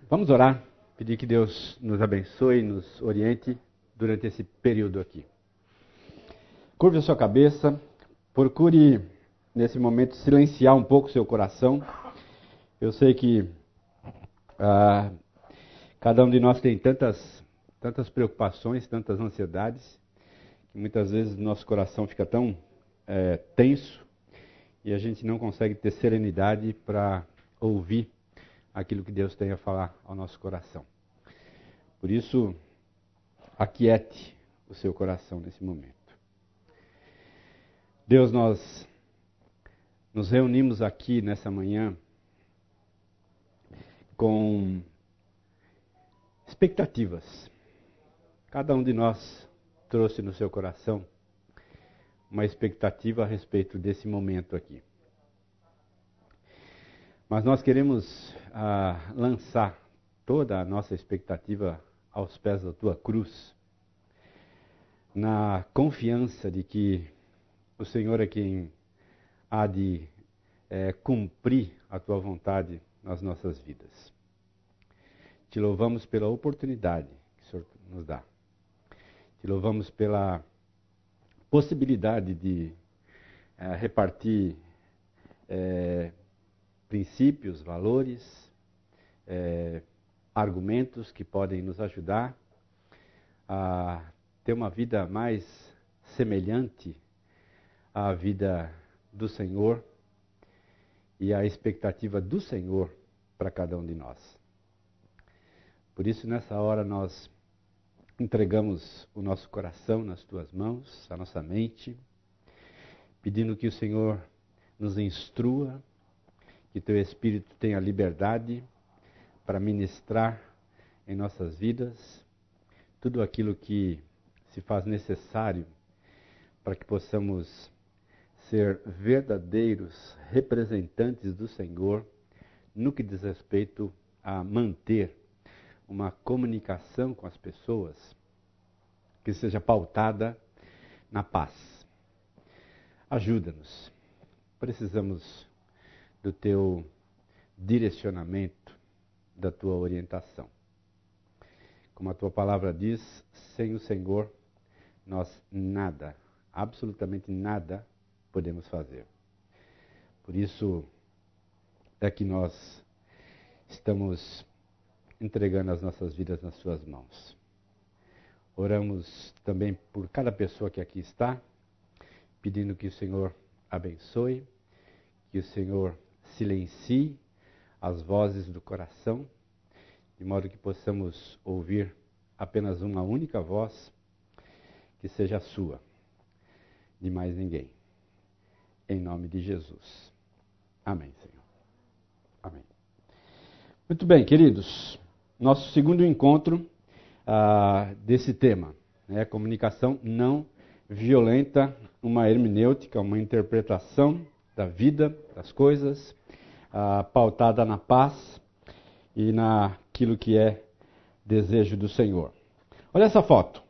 Vamos orar, pedir que Deus nos abençoe, nos oriente durante esse período aqui. Curve a sua cabeça, procure nesse momento silenciar um pouco o seu coração. Eu sei que cada um de nós tem tantas preocupações, tantas ansiedades, que muitas vezes nosso coração fica tão tenso e a gente não consegue ter serenidade para ouvir aquilo que Deus tem a falar ao nosso coração. Por isso, aquiete o seu coração nesse momento. Deus, nós nos reunimos aqui nessa manhã com expectativas. Cada um de nós trouxe no seu coração uma expectativa a respeito desse momento aqui. Mas nós queremos lançar toda a nossa expectativa aos pés da tua cruz, na confiança de que o Senhor é quem há de cumprir a tua vontade nas nossas vidas. Te louvamos pela oportunidade que o Senhor nos dá. Te louvamos pela possibilidade de repartir princípios, valores, argumentos que podem nos ajudar a ter uma vida mais semelhante à vida do Senhor e à expectativa do Senhor para cada um de nós. Por isso, nessa hora, nós entregamos o nosso coração nas tuas mãos, a nossa mente, pedindo que o Senhor nos instrua, que teu Espírito tenha liberdade para ministrar em nossas vidas tudo aquilo que se faz necessário para que possamos ser verdadeiros representantes do Senhor no que diz respeito a manter uma comunicação com as pessoas que seja pautada na paz. Ajuda-nos. Precisamos do teu direcionamento, da tua orientação. Como a tua palavra diz, sem o Senhor, nós nada, absolutamente nada, podemos fazer. Por isso é que nós estamos entregando as nossas vidas nas suas mãos. Oramos também por cada pessoa que aqui está, pedindo que o Senhor abençoe, que o Senhor silencie as vozes do coração, de modo que possamos ouvir apenas uma única voz, que seja a sua, de mais ninguém. Em nome de Jesus. Amém, Senhor. Amém. Muito bem, queridos. Nosso segundo encontro desse tema, comunicação não violenta, uma hermenêutica, uma interpretação da vida, das coisas, pautada na paz e naquilo que é desejo do Senhor. Olha essa foto.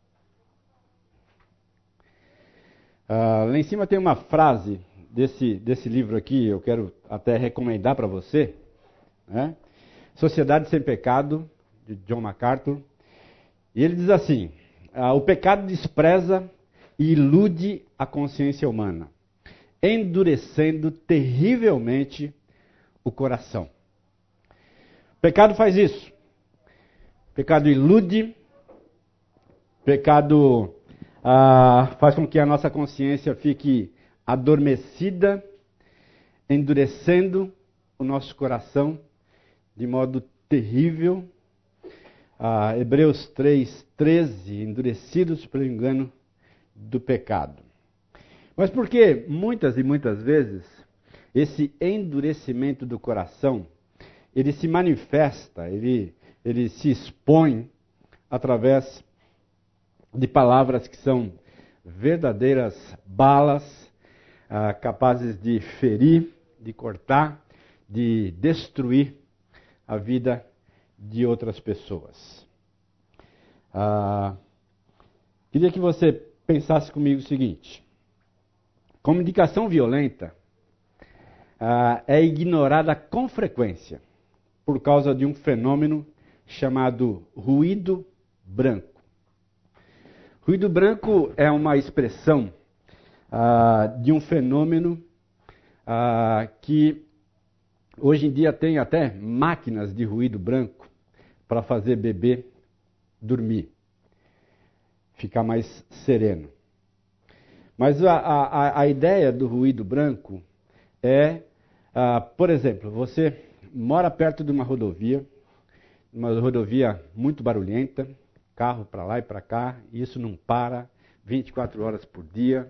Lá em cima tem uma frase desse livro aqui, eu quero até recomendar para você, Sociedade Sem Pecado, de John MacArthur, e ele diz assim: o pecado despreza e ilude a consciência humana, endurecendo terrivelmente o coração. O pecado faz isso. O pecado ilude, o pecado faz com que a nossa consciência fique adormecida, endurecendo o nosso coração de modo terrível. Hebreus 3:13, endurecidos pelo engano do pecado. Mas por que muitas e muitas vezes esse endurecimento do coração, ele se manifesta, ele se expõe através de palavras que são verdadeiras balas, capazes de ferir, de cortar, de destruir a vida de outras pessoas. Queria que você pensasse comigo o seguinte: comunicação violenta é ignorada com frequência por causa de um fenômeno chamado ruído branco. Ruído branco é uma expressão de um fenômeno que hoje em dia tem até máquinas de ruído branco para fazer bebê dormir, ficar mais sereno. Mas a ideia do ruído branco é, por exemplo, você mora perto de uma rodovia muito barulhenta, carro para lá e para cá, e isso não para 24 horas por dia.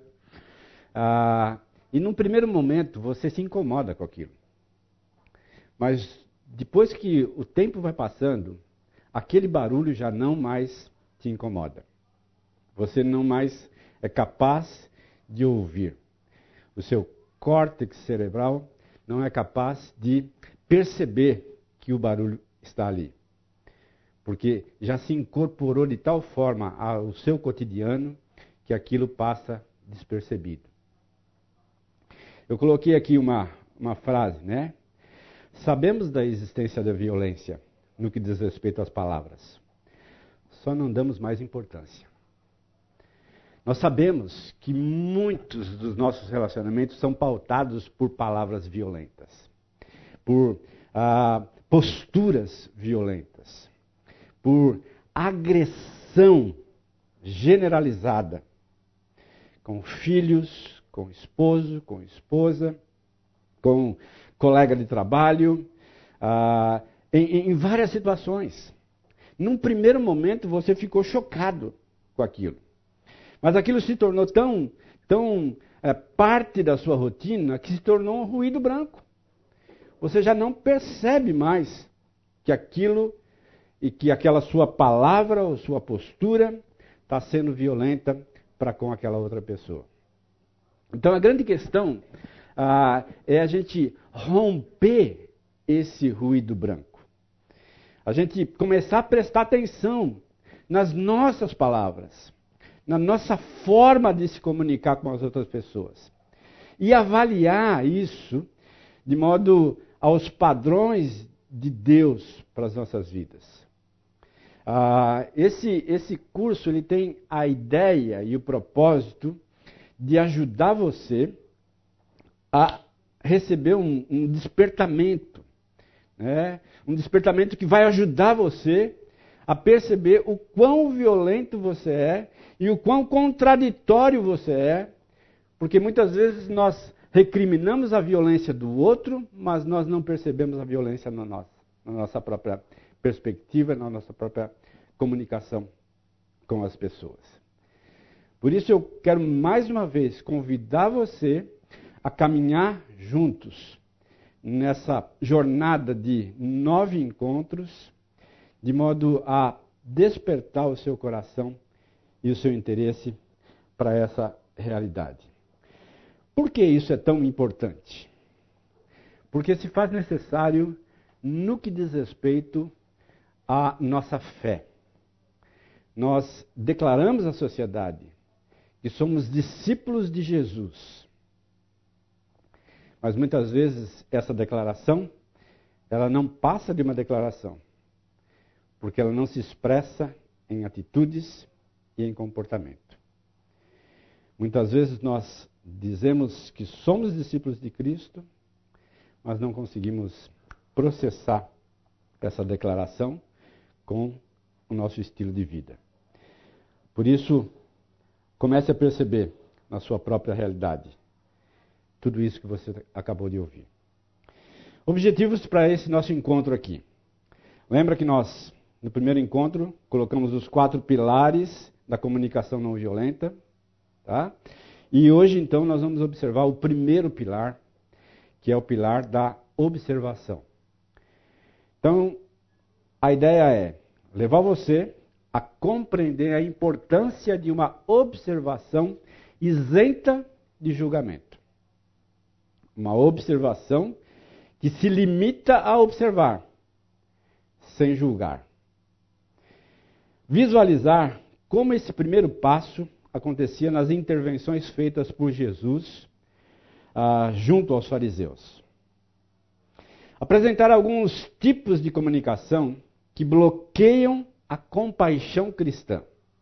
E num primeiro momento você se incomoda com aquilo. Mas depois que o tempo vai passando, aquele barulho já não mais te incomoda. Você não mais é capaz de ouvir. O seu córtex cerebral não é capaz de perceber que o barulho está ali. Porque já se incorporou de tal forma ao seu cotidiano que aquilo passa despercebido. Eu coloquei aqui uma frase, né? Sabemos da existência da violência no que diz respeito às palavras. Só não damos mais importância. Nós sabemos que muitos dos nossos relacionamentos são pautados por palavras violentas, por posturas violentas, por agressão generalizada com filhos, com esposo, com esposa, com colega de trabalho, em várias situações. Num primeiro momento você ficou chocado com aquilo. Mas aquilo se tornou tão parte da sua rotina que se tornou um ruído branco. Você já não percebe mais que aquilo e que aquela sua palavra ou sua postura está sendo violenta para com aquela outra pessoa. Então a grande questão é a gente romper esse ruído branco. A gente começar a prestar atenção nas nossas palavras, na nossa forma de se comunicar com as outras pessoas. E avaliar isso de modo aos padrões de Deus para as nossas vidas. Esse curso ele tem a ideia e o propósito de ajudar você a receber um despertamento, né? Um despertamento que vai ajudar você a perceber o quão violento você é e o quão contraditório você é, porque muitas vezes nós recriminamos a violência do outro, mas nós não percebemos a violência na nossa própria perspectiva, na nossa própria comunicação com as pessoas. Por isso eu quero mais uma vez convidar você a caminhar juntos nessa jornada de 9 encontros, de modo a despertar o seu coração e o seu interesse para essa realidade. Por que isso é tão importante? Porque se faz necessário no que diz respeito à nossa fé. Nós declaramos à sociedade que somos discípulos de Jesus. Mas muitas vezes essa declaração, ela não passa de uma declaração, porque ela não se expressa em atitudes e em comportamento. Muitas vezes nós dizemos que somos discípulos de Cristo, mas não conseguimos processar essa declaração com o nosso estilo de vida. Por isso, comece a perceber na sua própria realidade tudo isso que você acabou de ouvir. Objetivos para esse nosso encontro aqui. Lembra que nós, no primeiro encontro, colocamos os 4 pilares da comunicação não violenta, tá? E hoje, então, nós vamos observar o primeiro pilar, que é o pilar da observação. Então, a ideia é levar você a compreender a importância de uma observação isenta de julgamento. Uma observação que se limita a observar, sem julgar. Visualizar como esse primeiro passo acontecia nas intervenções feitas por Jesus junto aos fariseus. apresentar alguns tipos de comunicação que bloqueiam a compaixão cristã.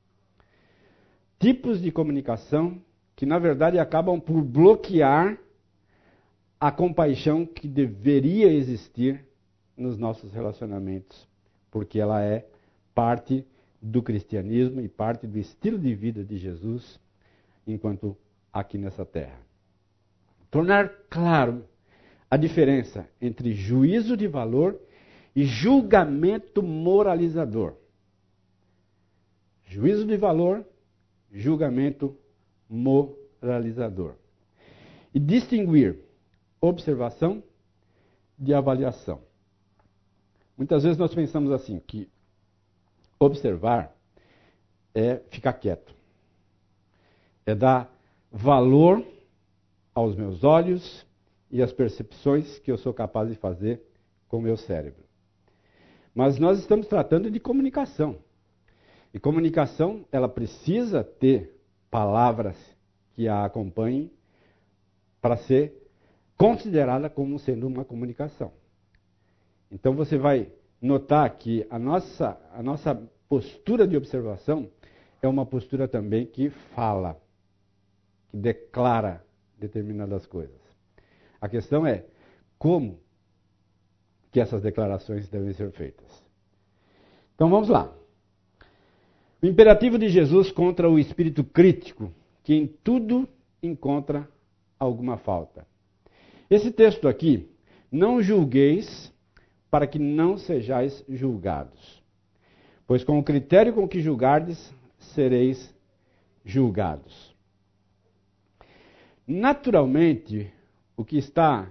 Tipos de comunicação que, na verdade, acabam por bloquear a compaixão que deveria existir nos nossos relacionamentos, porque ela é parte do cristianismo e parte do estilo de vida de Jesus enquanto aqui nessa terra. Tornar claro a diferença entre juízo de valor e julgamento moralizador. Juízo de valor, julgamento moralizador. E distinguir observação de avaliação. Muitas vezes nós pensamos assim, que observar é ficar quieto. É dar valor aos meus olhos e às percepções que eu sou capaz de fazer com o meu cérebro. Mas nós estamos tratando de comunicação. E comunicação, ela precisa ter palavras que a acompanhem para ser considerada como sendo uma comunicação. Então você vai notar que a nossa postura de observação é uma postura também que fala, que declara determinadas coisas. A questão é como que essas declarações devem ser feitas. Então vamos lá. O imperativo de Jesus contra o espírito crítico, que em tudo encontra alguma falta. Esse texto aqui, não julgueis para que não sejais julgados. Pois com o critério com que julgardes, sereis julgados. Naturalmente, o que está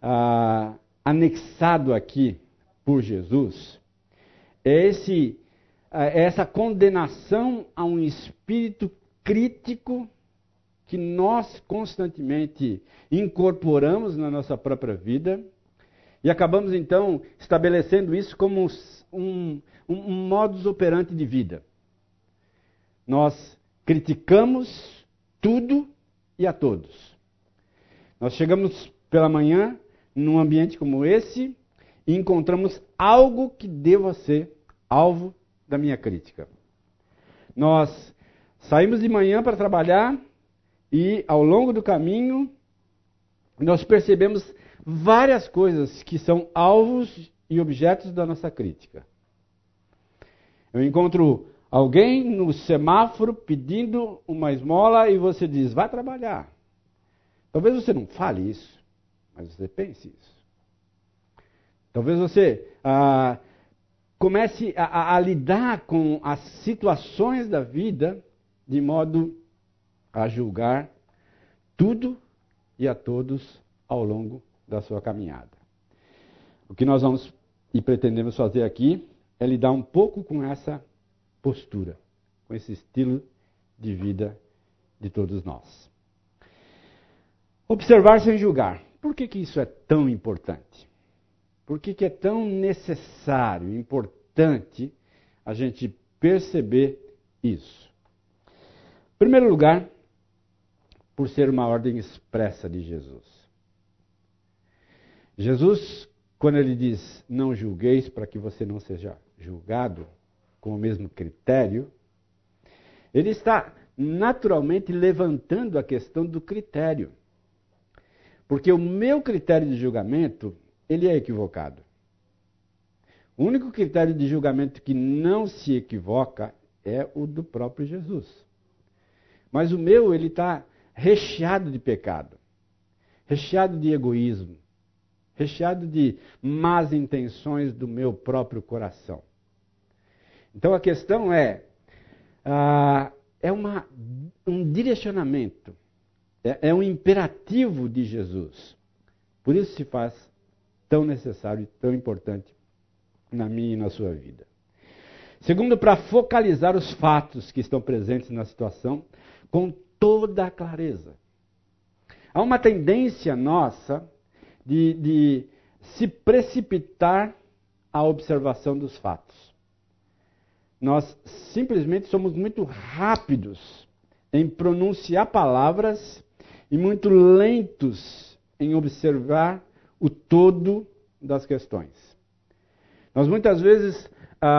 anexado aqui por Jesus é essa condenação a um espírito crítico que nós constantemente incorporamos na nossa própria vida e acabamos então estabelecendo isso como um modus operandi de vida. Nós criticamos tudo e a todos. Nós chegamos pela manhã num ambiente como esse e encontramos algo que deva ser alvo da minha crítica. Nós saímos de manhã para trabalhar e ao longo do caminho nós percebemos várias coisas que são alvos e objetos da nossa crítica. Eu encontro alguém no semáforo pedindo uma esmola e você diz, vai trabalhar. Talvez você não fale isso, mas você pense isso. Talvez você comece a lidar com as situações da vida de modo a julgar tudo e a todos ao longo da sua caminhada. O que nós vamos e pretendemos fazer aqui é lidar um pouco com essa postura, com esse estilo de vida de todos nós. Observar sem julgar. Por que isso é tão importante? Por que é tão necessário, importante a gente perceber isso? Em primeiro lugar, por ser uma ordem expressa de Jesus. Jesus, quando ele diz, não julgueis para que você não seja julgado com o mesmo critério, ele está naturalmente levantando a questão do critério. Porque o meu critério de julgamento, ele é equivocado. O único critério de julgamento que não se equivoca é o do próprio Jesus. Mas o meu, ele está recheado de pecado, recheado de egoísmo, recheado de más intenções do meu próprio coração. Então a questão é um direcionamento, é um imperativo de Jesus. Por isso se faz tão necessário e tão importante na minha e na sua vida. Segundo, para focalizar os fatos que estão presentes na situação com toda a clareza. Há uma tendência nossa de se precipitar à observação dos fatos. Nós simplesmente somos muito rápidos em pronunciar palavras e muito lentos em observar o todo das questões. Nós muitas vezes,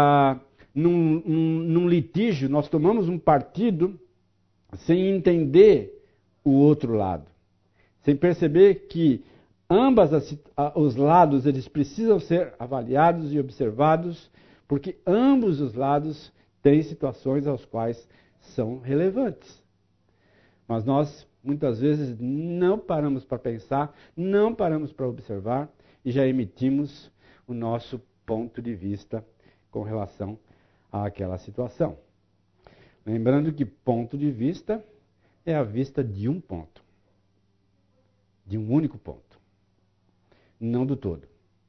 num litígio, nós tomamos um partido sem entender o outro lado, sem perceber que ambos os lados eles precisam ser avaliados e observados, porque ambos os lados têm situações às quais são relevantes. Mas nós, muitas vezes, não paramos para pensar, não paramos para observar e já emitimos o nosso ponto de vista com relação àquela situação. Lembrando que ponto de vista é a vista de um ponto, de um único ponto, não do todo.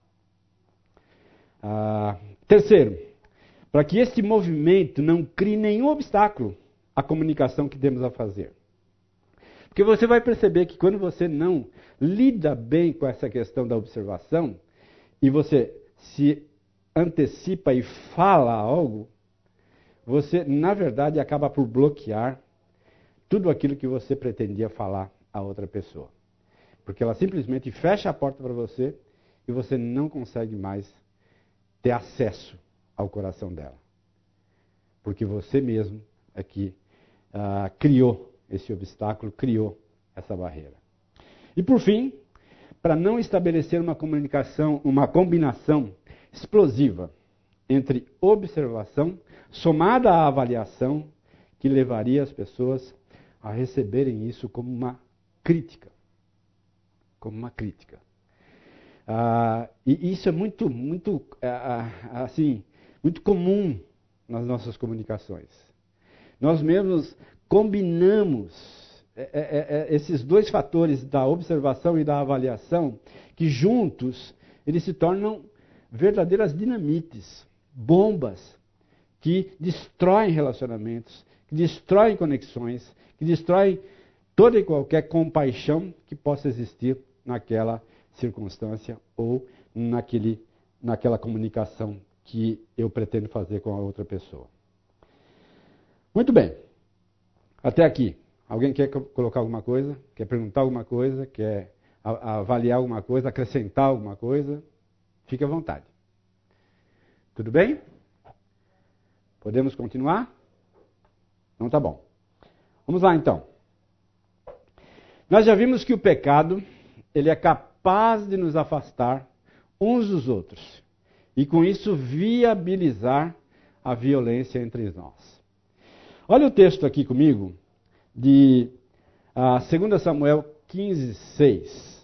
Terceiro, para que este movimento não crie nenhum obstáculo à comunicação que temos a fazer. Porque você vai perceber que quando você não lida bem com essa questão da observação, e você se antecipa e fala algo, você, na verdade, acaba por bloquear tudo aquilo que você pretendia falar a outra pessoa. Porque ela simplesmente fecha a porta para você e você não consegue mais ter acesso ao coração dela. Porque você mesmo é que criou esse obstáculo, criou essa barreira. E por fim, para não estabelecer uma comunicação, uma combinação explosiva entre observação somada à avaliação, que levaria as pessoas a receberem isso como uma crítica. Como uma crítica. E isso é muito comum nas nossas comunicações. Nós mesmos combinamos esses dois fatores da observação e da avaliação, que juntos eles se tornam verdadeiras dinamites, bombas, que destroem relacionamentos, que destroem conexões, que destroem toda e qualquer compaixão que possa existir naquela circunstância ou naquela comunicação que eu pretendo fazer com a outra pessoa. Muito bem. Até aqui. Alguém quer colocar alguma coisa? Quer perguntar alguma coisa? Quer avaliar alguma coisa? Acrescentar alguma coisa? Fique à vontade. Tudo bem? Podemos continuar? Então tá bom. Vamos lá então. Nós já vimos que o pecado, ele é capaz de nos afastar uns dos outros. E com isso viabilizar a violência entre nós. Olha o texto aqui comigo, de 2 Samuel 15, 6.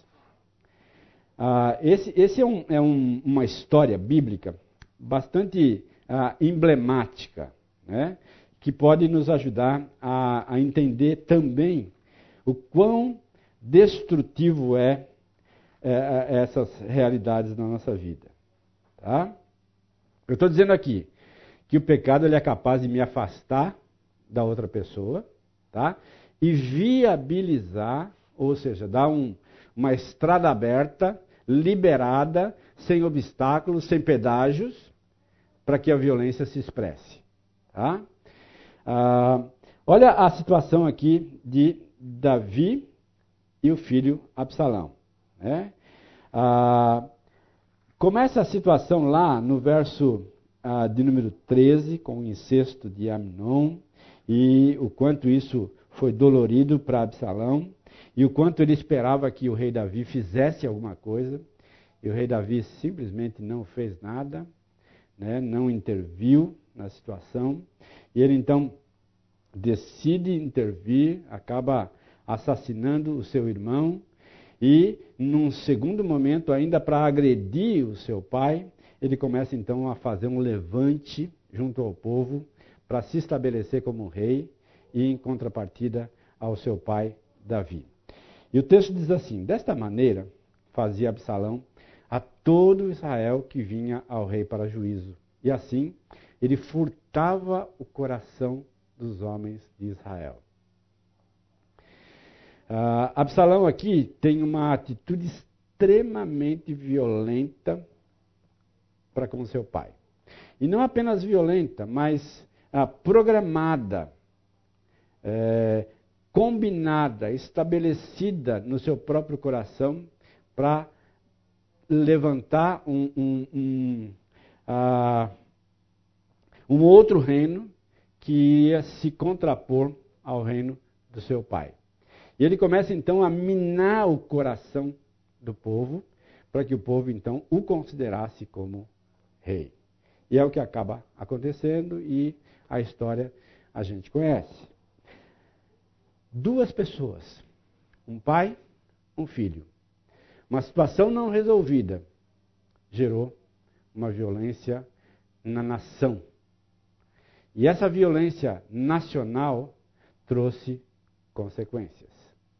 Esse é uma história bíblica bastante emblemática, né? Que pode nos ajudar a entender também o quão destrutivo essas realidades na nossa vida. Tá? Eu estou dizendo aqui que o pecado ele é capaz de me afastar da outra pessoa, tá? E viabilizar, ou seja, dar uma estrada aberta, liberada, sem obstáculos, sem pedágios, para que a violência se expresse. Tá? Olha a situação aqui de Davi e o filho Absalão. Né? Começa a situação lá no verso de número 13, com o incesto de Amnon, e o quanto isso foi dolorido para Absalão, e o quanto ele esperava que o rei Davi fizesse alguma coisa, e o rei Davi simplesmente não fez nada, né, não interviu na situação, e ele então decide intervir, acaba assassinando o seu irmão, e num segundo momento, ainda para agredir o seu pai, ele começa então a fazer um levante junto ao povo para se estabelecer como rei e em contrapartida ao seu pai Davi. E o texto diz assim: desta maneira fazia Absalão a todo Israel que vinha ao rei para juízo. E assim ele furtava o coração dos homens de Israel. Absalão aqui tem uma atitude extremamente violenta para com seu pai. E não apenas violenta, mas programada, combinada, estabelecida no seu próprio coração para levantar um outro reino que ia se contrapor ao reino do seu pai. E ele começa então a minar o coração do povo, para que o povo então o considerasse como rei. E é o que acaba acontecendo e a história a gente conhece. Duas pessoas, um pai, um filho. Uma situação não resolvida gerou uma violência na nação. E essa violência nacional trouxe consequências.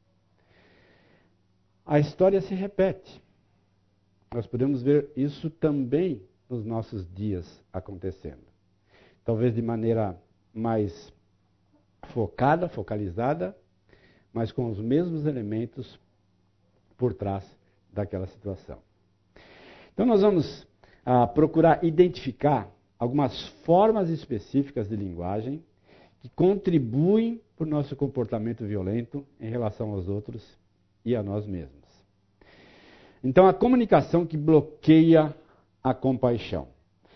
A história se repete. Nós podemos ver isso também nos nossos dias acontecendo. Talvez de maneira mais focalizada, mas com os mesmos elementos por trás daquela situação. Então nós vamos procurar identificar algumas formas específicas de linguagem que contribuem para o nosso comportamento violento em relação aos outros e a nós mesmos. Então, a comunicação que bloqueia a compaixão.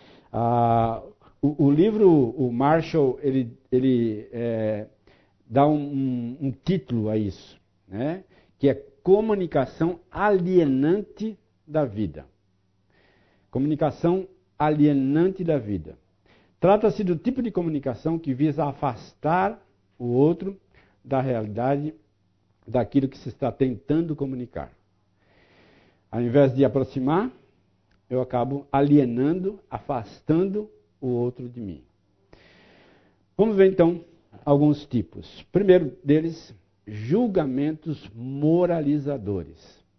O livro, o Marshall, ele dá um título a isso, né? Que é comunicação alienante da vida. Comunicação alienante da vida. Trata-se do tipo de comunicação que visa afastar o outro da realidade daquilo que se está tentando comunicar. Ao invés de aproximar, eu acabo alienando, afastando o outro de mim. Vamos ver então alguns tipos. Primeiro deles, julgamentos moralizadores.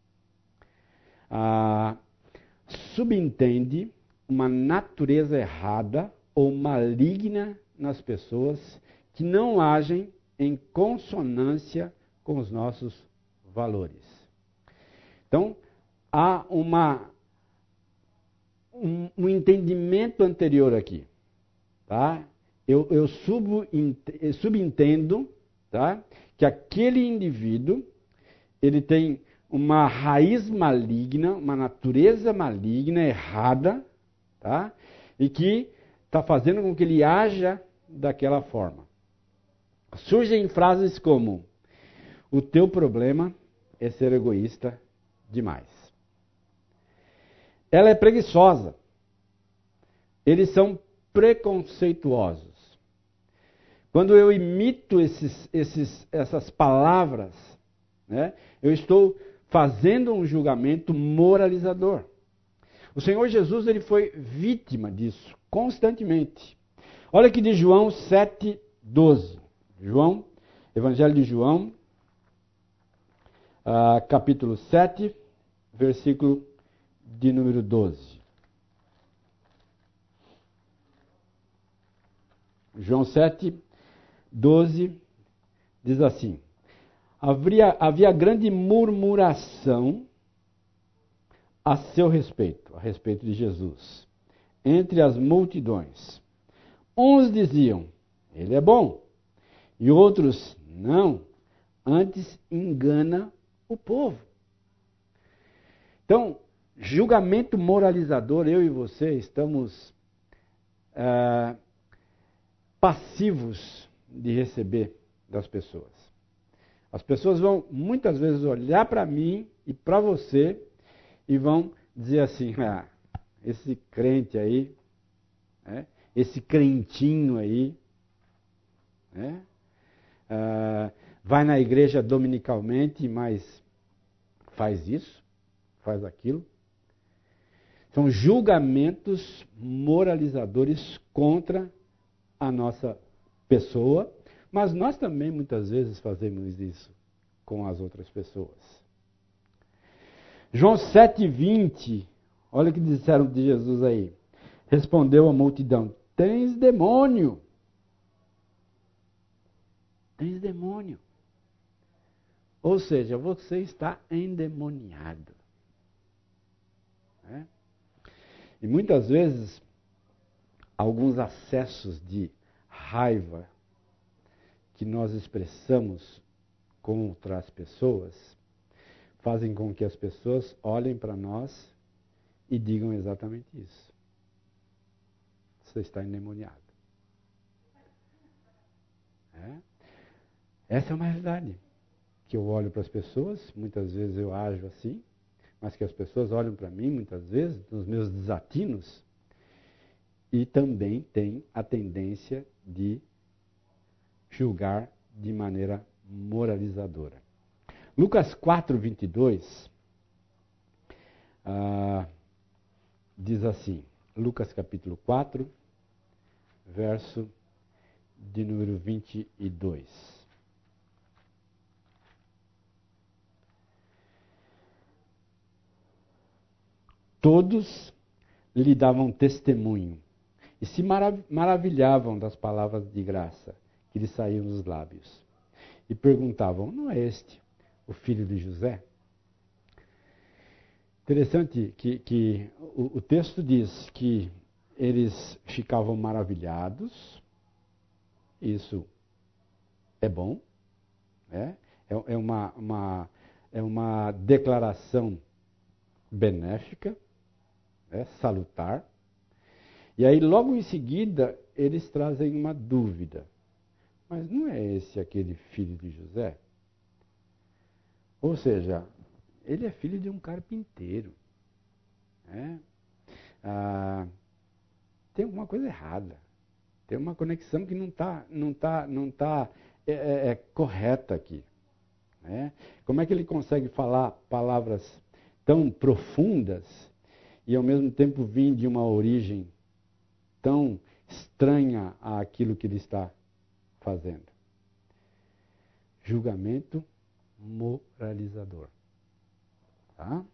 Subentende uma natureza errada ou maligna nas pessoas que não agem em consonância com os nossos valores. Então, há um entendimento anterior aqui. Tá? Eu subentendo, tá? Que aquele indivíduo ele tem uma raiz maligna, uma natureza maligna, errada, tá? E que está fazendo com que ele haja daquela forma. Surgem frases como: o teu problema é ser egoísta demais. Ela é preguiçosa. Eles são preconceituosos. Quando eu imito essas palavras, né, eu estou fazendo um julgamento moralizador. O Senhor Jesus ele foi vítima disso constantemente. Olha aqui de João 7:12. João, Evangelho de João, capítulo 7, versículo de número 12. João 7:12 diz assim: havia grande murmuração a seu respeito, a respeito de Jesus, entre as multidões. Uns diziam, ele é bom, e outros, não, antes engana o povo. Então, julgamento moralizador, eu e você estamos passivos de receber das pessoas. As pessoas vão muitas vezes olhar para mim e para você e vão dizer assim: esse crente aí, esse crentinho aí, vai na igreja dominicalmente, mas faz isso, faz aquilo. São julgamentos moralizadores contra a nossa pessoa, mas nós também muitas vezes fazemos isso com as outras pessoas. João 7:20, olha o que disseram de Jesus aí. Respondeu a multidão: tens demônio. Tens demônio. Ou seja, você está endemoniado. E muitas vezes, alguns acessos de raiva que nós expressamos contra as pessoas fazem com que as pessoas olhem para nós e digam exatamente isso. Você está endemoniado. Essa é uma realidade. Que eu olho para as pessoas, muitas vezes eu ajo assim, mas que as pessoas olham para mim, muitas vezes, nos meus desatinos, e também tem a tendência de julgar de maneira moralizadora. Lucas 4, 22, diz assim, Lucas capítulo 4, verso de número 22. Todos lhe davam testemunho e se maravilhavam das palavras de graça que lhe saíam dos lábios. E perguntavam, não é este o filho de José? Interessante que o texto diz que eles ficavam maravilhados, isso é bom, né? É uma declaração benéfica, salutar. E aí, logo em seguida, eles trazem uma dúvida. Mas não é esse aquele filho de José? Ou seja, ele é filho de um carpinteiro. Tem alguma coisa errada. Tem uma conexão que não está correta aqui. Como é que ele consegue falar palavras tão profundas e ao mesmo tempo vir de uma origem tão estranha àquilo que ele está fazendo? Julgamento moralizador. Tá?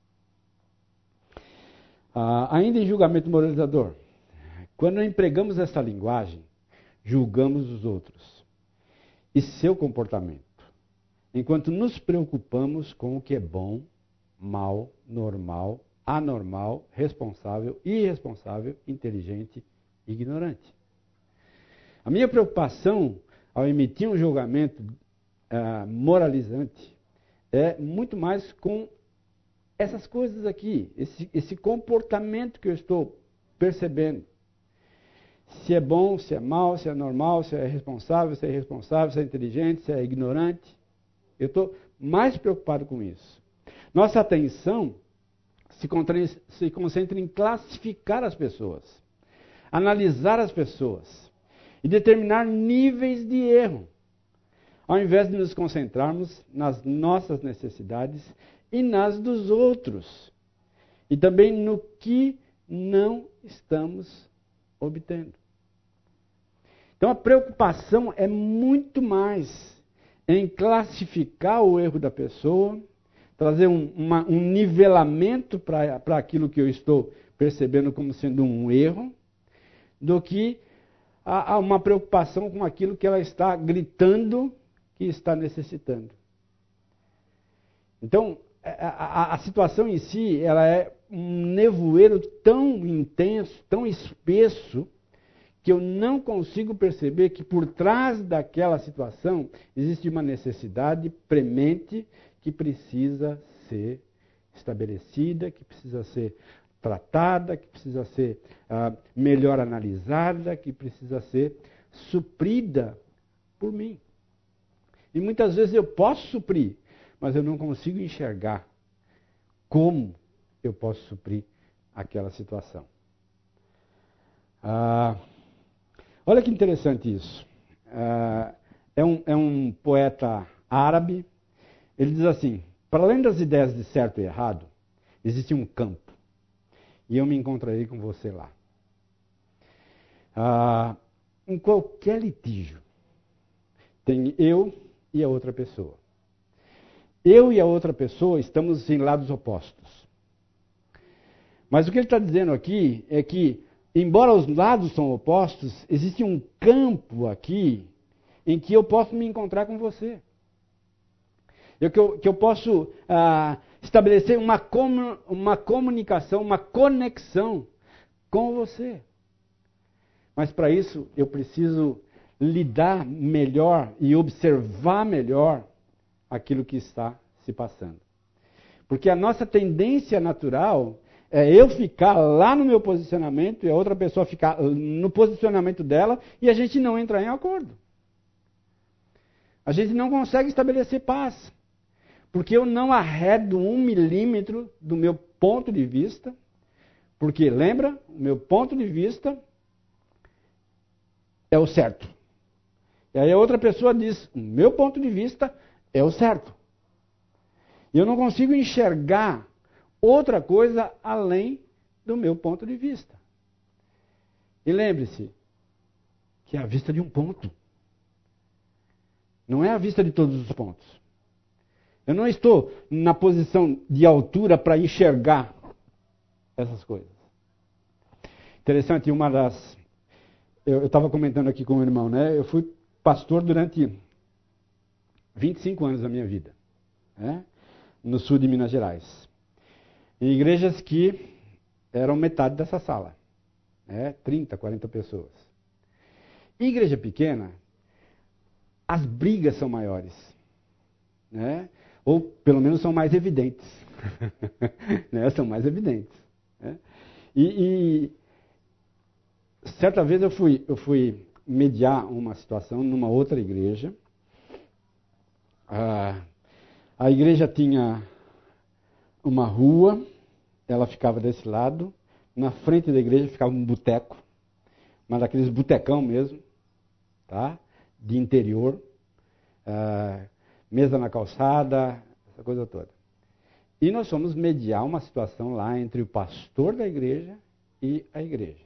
Ainda em julgamento moralizador, quando empregamos essa linguagem, julgamos os outros e seu comportamento, enquanto nos preocupamos com o que é bom, mal, normal, anormal, responsável, irresponsável, inteligente e ignorante. A minha preocupação ao emitir um julgamento moralizante é muito mais com essas coisas aqui, esse comportamento que eu estou percebendo. Se é bom, se é mal, se é normal, se é responsável, se é irresponsável, se é inteligente, se é ignorante. Eu estou mais preocupado com isso. Nossa atenção se concentra em classificar as pessoas, analisar as pessoas e determinar níveis de erro, ao invés de nos concentrarmos nas nossas necessidades e nas dos outros, e também no que não estamos obtendo. Então a preocupação é muito mais em classificar o erro da pessoa, trazer um nivelamento para aquilo que eu estou percebendo como sendo um erro, do que uma preocupação com aquilo que ela está gritando que está necessitando. Então, a situação em si, ela é um nevoeiro tão intenso, tão espesso, que eu não consigo perceber que por trás daquela situação existe uma necessidade premente que precisa ser estabelecida, que precisa ser tratada, que precisa ser melhor analisada, que precisa ser suprida por mim. E muitas vezes eu posso suprir, mas eu não consigo enxergar como eu posso suprir aquela situação. Olha que interessante isso. É um poeta árabe. Ele diz assim, para além das ideias de certo e errado, existe um campo. E eu me encontrarei com você lá. Em qualquer litígio, tem eu e a outra pessoa. Eu e a outra pessoa estamos em lados opostos. Mas o que ele está dizendo aqui é que, embora os lados são opostos, existe um campo aqui em que eu posso me encontrar com você. Que eu posso estabelecer uma comunicação, uma conexão com você. Mas para isso eu preciso lidar melhor e observar melhor aquilo que está se passando. Porque a nossa tendência natural é eu ficar lá no meu posicionamento e a outra pessoa ficar no posicionamento dela e a gente não entrar em acordo. A gente não consegue estabelecer paz. Porque eu não arredo 1 milímetro do meu ponto de vista. Porque, lembra, o meu ponto de vista é o certo. E aí a outra pessoa diz, o meu ponto de vista é o certo. E eu não consigo enxergar outra coisa além do meu ponto de vista. E lembre-se que é a vista de um ponto. Não é a vista de todos os pontos. Eu não estou na posição de altura para enxergar essas coisas. Interessante, eu estava comentando aqui com o meu irmão, né? Eu fui pastor durante 25 anos da minha vida, né? No sul de Minas Gerais. Em igrejas que eram metade dessa sala, né? 30, 40 pessoas. Em igreja pequena, as brigas são maiores, né? Ou pelo menos são mais evidentes. Né? São mais evidentes. Né? E certa vez eu fui mediar uma situação numa outra igreja. A igreja tinha uma rua, ela ficava desse lado. Na frente da igreja ficava um boteco, mas daqueles botecão mesmo, tá? De interior. Mesa na calçada, essa coisa toda. E nós fomos mediar uma situação lá entre o pastor da igreja e a igreja.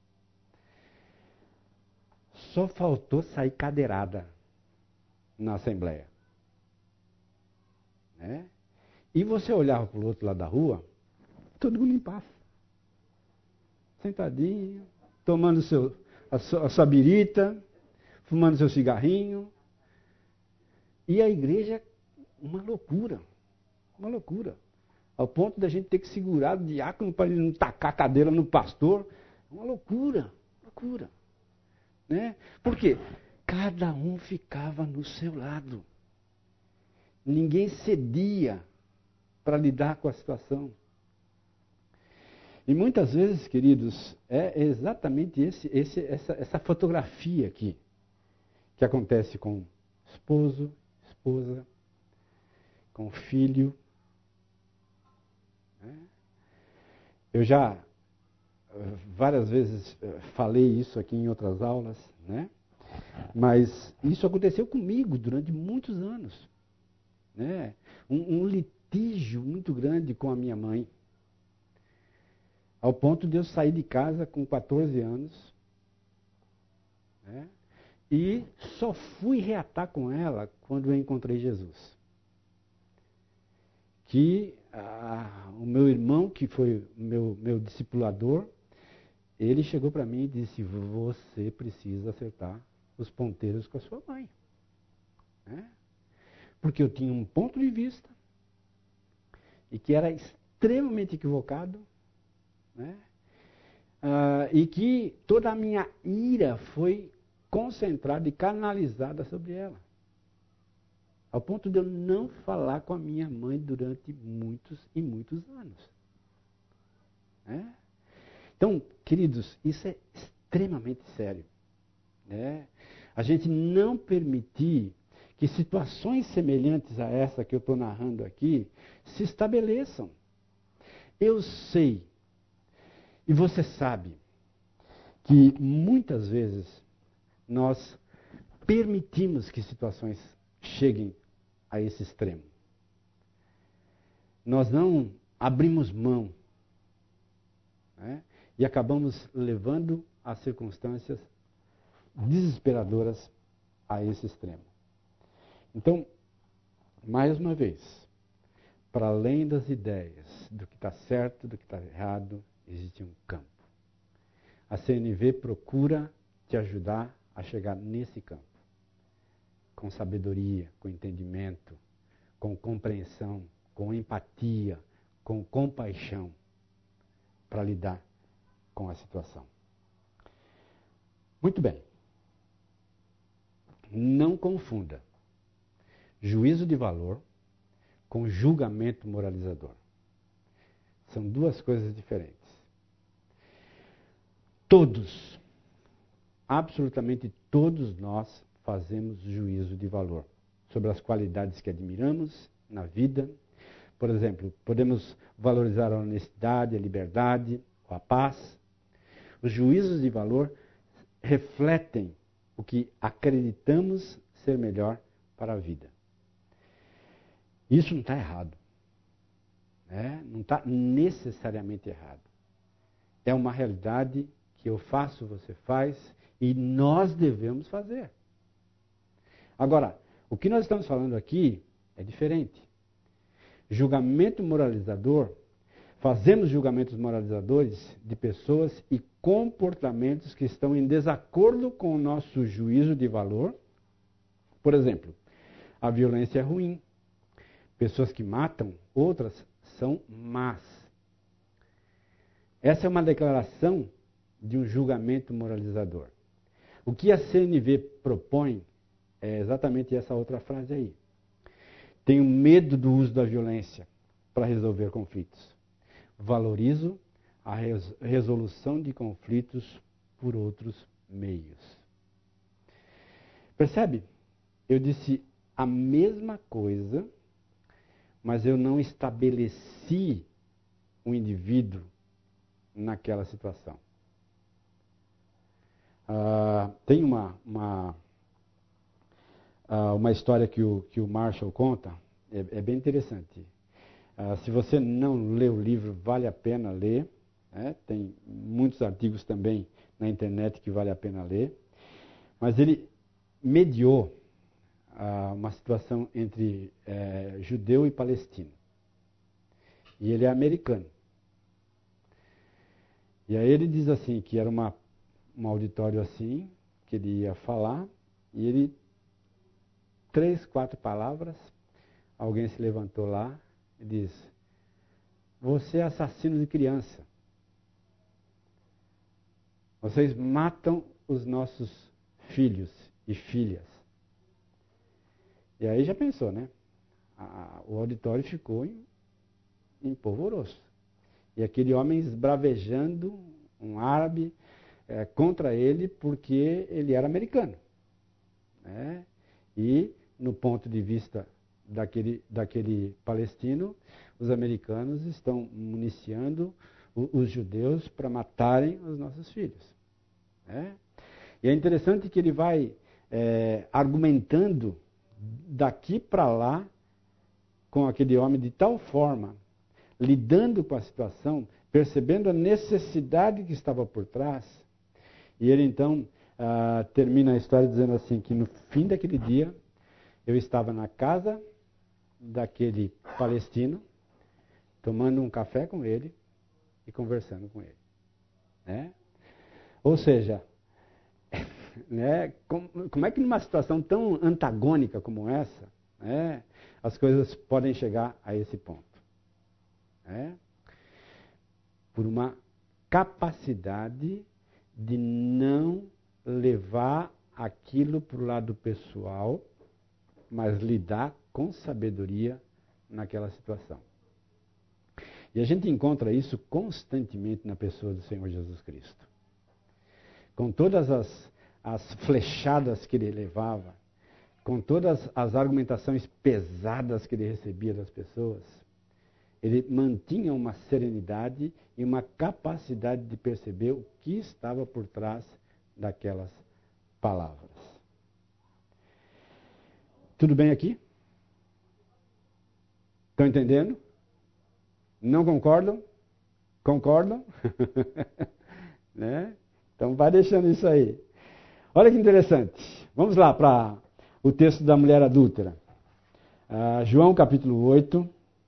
Só faltou sair cadeirada na assembleia. Né? E você olhava para o outro lado da rua, todo mundo em paz. Sentadinho, tomando a sua birita, fumando seu cigarrinho. E a igreja, uma loucura. Uma loucura. Ao ponto da gente ter que segurar o diácono para ele não tacar a cadeira no pastor. Uma loucura. Loucura. Né? Por quê? Cada um ficava no seu lado. Ninguém cedia para lidar com a situação. E muitas vezes, queridos, é exatamente essa fotografia aqui que acontece com esposo, esposa, com filho. Eu já várias vezes falei isso aqui em outras aulas, né? Mas isso aconteceu comigo durante muitos anos. Né? Um litígio muito grande com a minha mãe. Ao ponto de eu sair de casa com 14 anos. Né? E só fui reatar com ela quando eu encontrei Jesus. Que o meu irmão, que foi meu discipulador, ele chegou para mim e disse, você precisa acertar os ponteiros com a sua mãe. Né? Porque eu tinha um ponto de vista e que era extremamente equivocado, né? E que toda a minha ira foi concentrada e canalizada sobre ela. Ao ponto de eu não falar com a minha mãe durante muitos e muitos anos. Né? Então, queridos, isso é extremamente sério. Né? A gente não permitir que situações semelhantes a essa que eu estou narrando aqui se estabeleçam. Eu sei, e você sabe, que muitas vezes nós permitimos que situações cheguem a esse extremo. Nós não abrimos mão, né? E acabamos levando as circunstâncias desesperadoras a esse extremo. Então, mais uma vez, para além das ideias do que está certo, do que está errado, existe um campo. A CNV procura te ajudar a chegar nesse campo. Com sabedoria, com entendimento, com compreensão, com empatia, com compaixão, para lidar com a situação. Muito bem. Não confunda juízo de valor com julgamento moralizador. São duas coisas diferentes. Todos, absolutamente todos nós fazemos juízo de valor sobre as qualidades que admiramos na vida. Por exemplo, podemos valorizar a honestidade, a liberdade, a paz. Os juízos de valor refletem o que acreditamos ser melhor para a vida. Isso não está errado. Não está necessariamente errado. É uma realidade que eu faço, você faz, e nós devemos fazer. Agora, o que nós estamos falando aqui é diferente. Julgamento moralizador, fazemos julgamentos moralizadores de pessoas e comportamentos que estão em desacordo com o nosso juízo de valor. Por exemplo, a violência é ruim. Pessoas que matam outras são más. Essa é uma declaração de um julgamento moralizador. O que a CNV propõe é exatamente essa outra frase aí. Tenho medo do uso da violência para resolver conflitos. Valorizo a resolução de conflitos por outros meios. Percebe? Eu disse a mesma coisa, mas eu não estabeleci um indivíduo naquela situação. Tem uma história que o Marshall conta, é bem interessante. Se você não lê o livro, vale a pena ler. Tem muitos artigos também na internet que vale a pena ler. Mas ele mediou uma situação entre judeu e palestino. E ele é americano. E aí ele diz assim, que era um auditório assim, que ele ia falar, e ele, 3, 4 palavras, alguém se levantou lá e diz: você é assassino de criança. Vocês matam os nossos filhos e filhas. E aí já pensou, né? O auditório ficou em polvoroço. E aquele homem esbravejando, um árabe, contra ele porque ele era americano. E, no ponto de vista daquele palestino, os americanos estão municiando os judeus para matarem os nossos filhos. E é interessante que ele vai argumentando daqui para lá com aquele homem de tal forma, lidando com a situação, percebendo a necessidade que estava por trás. E ele então termina a história dizendo assim, que no fim daquele dia, eu estava na casa daquele palestino, tomando um café com ele e conversando com ele. Ou seja, como é que numa situação tão antagônica como essa, as coisas podem chegar a esse ponto? Por uma capacidade de não levar aquilo para o lado pessoal, mas lidar com sabedoria naquela situação. E a gente encontra isso constantemente na pessoa do Senhor Jesus Cristo. Com todas as flechadas que ele levava, com todas as argumentações pesadas que ele recebia das pessoas, ele mantinha uma serenidade e uma capacidade de perceber o que estava por trás daquelas palavras. Tudo bem aqui? Estão entendendo? Não concordam? Concordam? Então vai deixando isso aí. Olha que interessante. Vamos lá para o texto da mulher adúltera. João capítulo 8.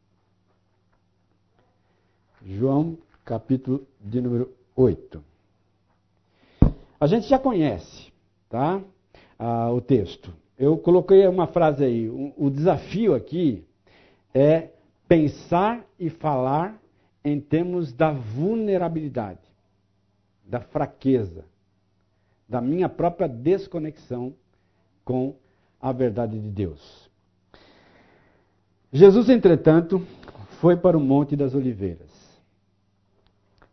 João capítulo de número 8. A gente já conhece, tá? O texto. Eu coloquei uma frase aí. O desafio aqui é pensar e falar em termos da vulnerabilidade, da fraqueza, da minha própria desconexão com a verdade de Deus. Jesus, entretanto, foi para o Monte das Oliveiras.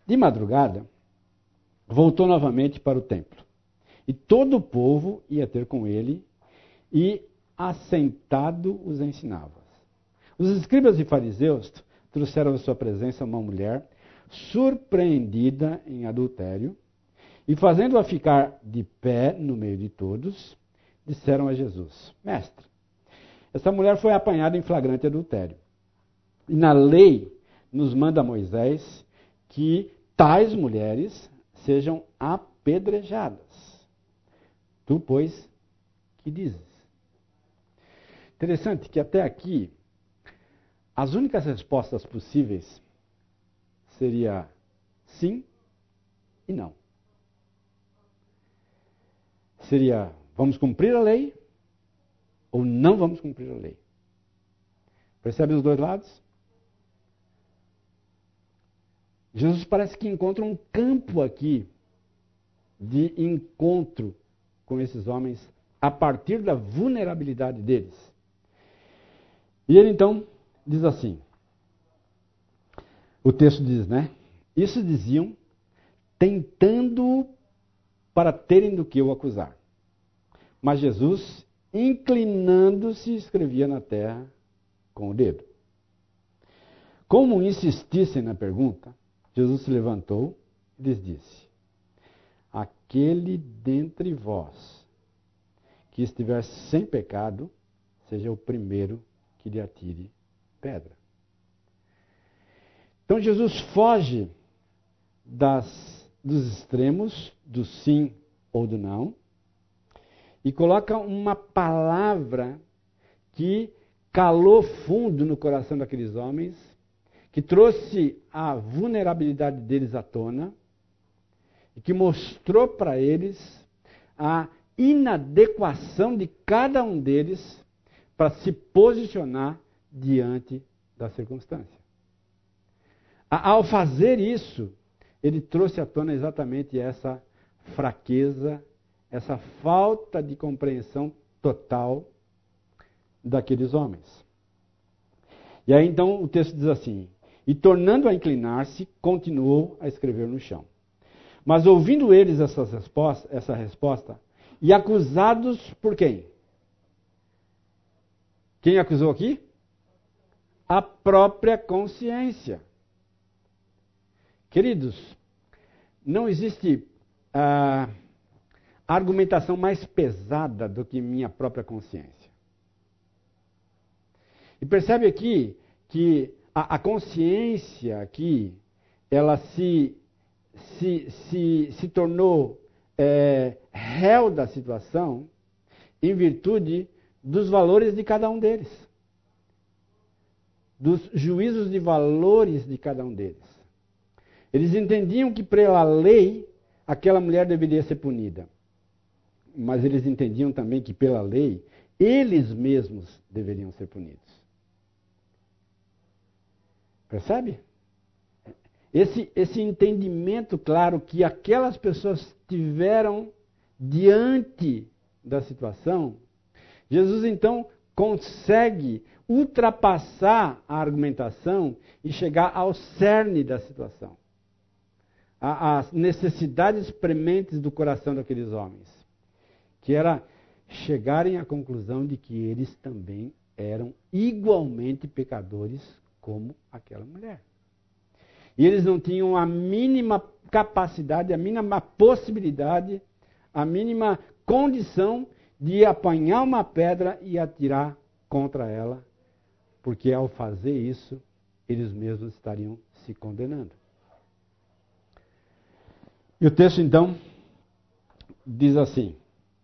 De madrugada, voltou novamente para o templo. E todo o povo ia ter com ele, e assentado os ensinava. Os escribas e fariseus trouxeram à sua presença uma mulher surpreendida em adultério, e fazendo-a ficar de pé no meio de todos, disseram a Jesus: Mestre, essa mulher foi apanhada em flagrante adultério. E na lei nos manda Moisés que tais mulheres sejam apedrejadas. Tu, pois, que dizes? Interessante que até aqui as únicas respostas possíveis seria sim e não. Seria vamos cumprir a lei ou não vamos cumprir a lei. Percebe os dois lados? Jesus parece que encontra um campo aqui de encontro com esses homens a partir da vulnerabilidade deles. E ele então diz assim, o texto diz, né? Isso diziam, tentando para terem do que o acusar. Mas Jesus, inclinando-se, escrevia na terra com o dedo. Como insistissem na pergunta, Jesus se levantou e lhes disse: aquele dentre vós que estiver sem pecado, seja o primeiro que lhe atire pedra. Então Jesus foge dos extremos, do sim ou do não, e coloca uma palavra que calou fundo no coração daqueles homens, que trouxe a vulnerabilidade deles à tona, e que mostrou para eles a inadequação de cada um deles para se posicionar diante da circunstância. Ao fazer isso, ele trouxe à tona exatamente essa fraqueza, essa falta de compreensão total daqueles homens. E aí então o texto diz assim: e tornando a inclinar-se, continuou a escrever no chão. Mas ouvindo eles essa resposta, e acusados por quem? Quem acusou aqui? A própria consciência. Queridos, não existe argumentação mais pesada do que minha própria consciência. E percebe aqui que a consciência aqui, ela se tornou réu da situação em virtude dos valores de cada um deles. Dos juízos de valores de cada um deles. Eles entendiam que pela lei aquela mulher deveria ser punida. Mas eles entendiam também que pela lei eles mesmos deveriam ser punidos. Percebe? Esse entendimento claro que aquelas pessoas tiveram diante da situação, Jesus então consegue ultrapassar a argumentação e chegar ao cerne da situação. As necessidades prementes do coração daqueles homens, que era chegarem à conclusão de que eles também eram igualmente pecadores como aquela mulher. E eles não tinham a mínima capacidade, a mínima possibilidade, a mínima condição de apanhar uma pedra e atirar contra ela, porque ao fazer isso, eles mesmos estariam se condenando. E o texto então diz assim: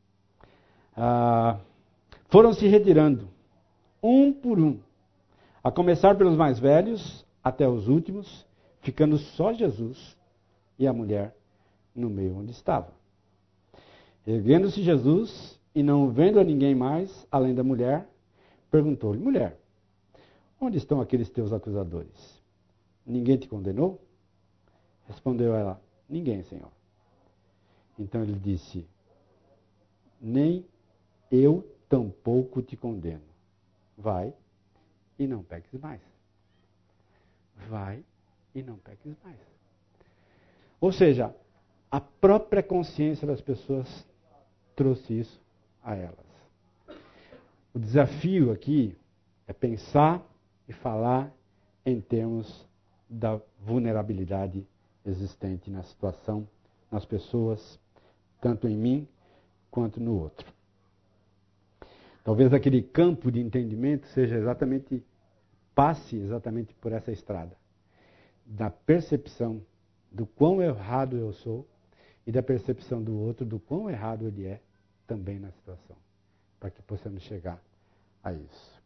foram se retirando, um por um, a começar pelos mais velhos até os últimos, ficando só Jesus e a mulher no meio onde estava. Erguendo-se Jesus e não vendo a ninguém mais, além da mulher, perguntou-lhe: mulher, onde estão aqueles teus acusadores? Ninguém te condenou? Respondeu ela: ninguém, Senhor. Então ele disse: nem eu tampouco te condeno. Vai e não peques mais. Vai e não peques mais. Ou seja, a própria consciência das pessoas trouxe isso a elas. O desafio aqui é pensar e falar em termos da vulnerabilidade existente na situação, nas pessoas, tanto em mim quanto no outro. Talvez aquele campo de entendimento passe exatamente por essa estrada, da percepção do quão errado eu sou e da percepção do outro do quão errado ele é também na situação, para que possamos chegar a isso.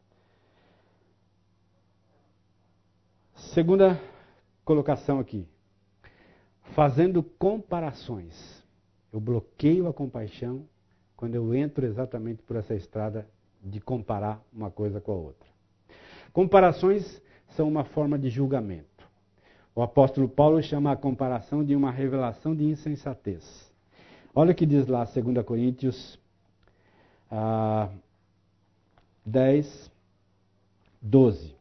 Segunda colocação aqui. Fazendo comparações. Eu bloqueio a compaixão quando eu entro exatamente por essa estrada de comparar uma coisa com a outra. Comparações são uma forma de julgamento. O apóstolo Paulo chama a comparação de uma revelação de insensatez. Olha o que diz lá 2 Coríntios 10, 12.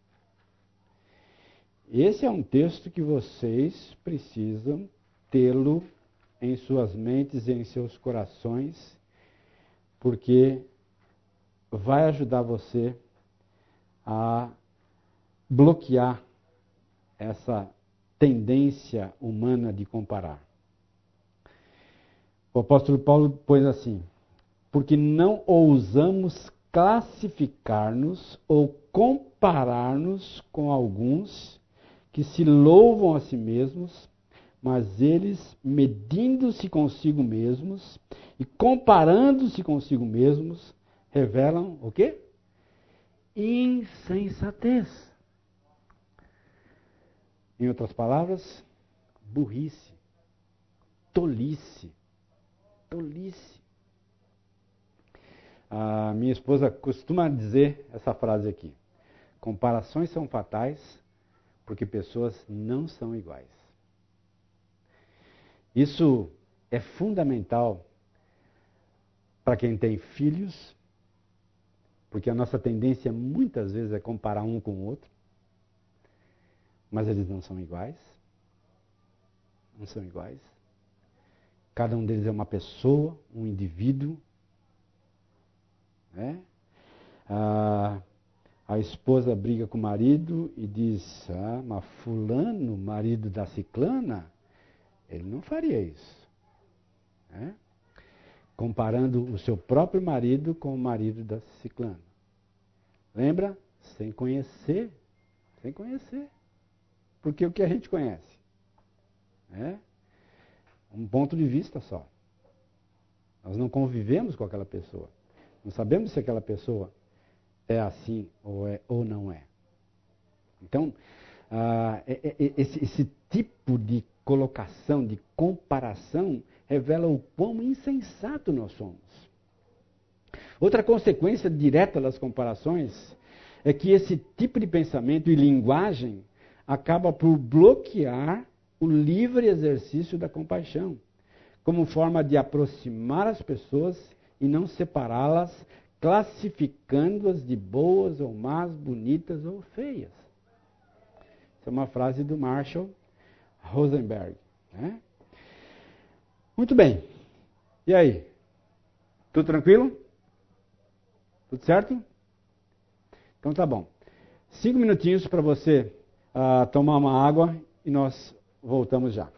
Esse é um texto que vocês precisam tê-lo em suas mentes e em seus corações, porque vai ajudar você a bloquear essa tendência humana de comparar. O apóstolo Paulo pôs assim: porque não ousamos classificar-nos ou comparar-nos com alguns que se louvam a si mesmos, mas eles, medindo-se consigo mesmos e comparando-se consigo mesmos, revelam o quê? Insensatez. Em outras palavras, burrice, tolice. Tolice. A minha esposa costuma dizer essa frase aqui: comparações são fatais porque pessoas não são iguais. Isso é fundamental para quem tem filhos, porque a nossa tendência muitas vezes é comparar um com o outro, mas eles não são iguais. Não são iguais. Cada um deles é uma pessoa, um indivíduo. Né? A esposa briga com o marido e diz: mas fulano, marido da ciclana, ele não faria isso. Né? Comparando o seu próprio marido com o marido da ciclana. Lembra? Sem conhecer. Sem conhecer. Porque o que a gente conhece? Um ponto de vista só. Nós não convivemos com aquela pessoa. Não sabemos se aquela pessoa é assim ou não é. Então, esse tipo de colocação, de comparação, revela o quão insensato nós somos. Outra consequência direta das comparações é que esse tipo de pensamento e linguagem acaba por bloquear o livre exercício da compaixão, como forma de aproximar as pessoas e não separá-las, classificando-as de boas ou más, bonitas ou feias. Essa é uma frase do Marshall Rosenberg. Né? Muito bem. E aí? Tudo tranquilo? Tudo certo? Então tá bom. 5 minutinhos para você tomar uma água e nós voltamos já.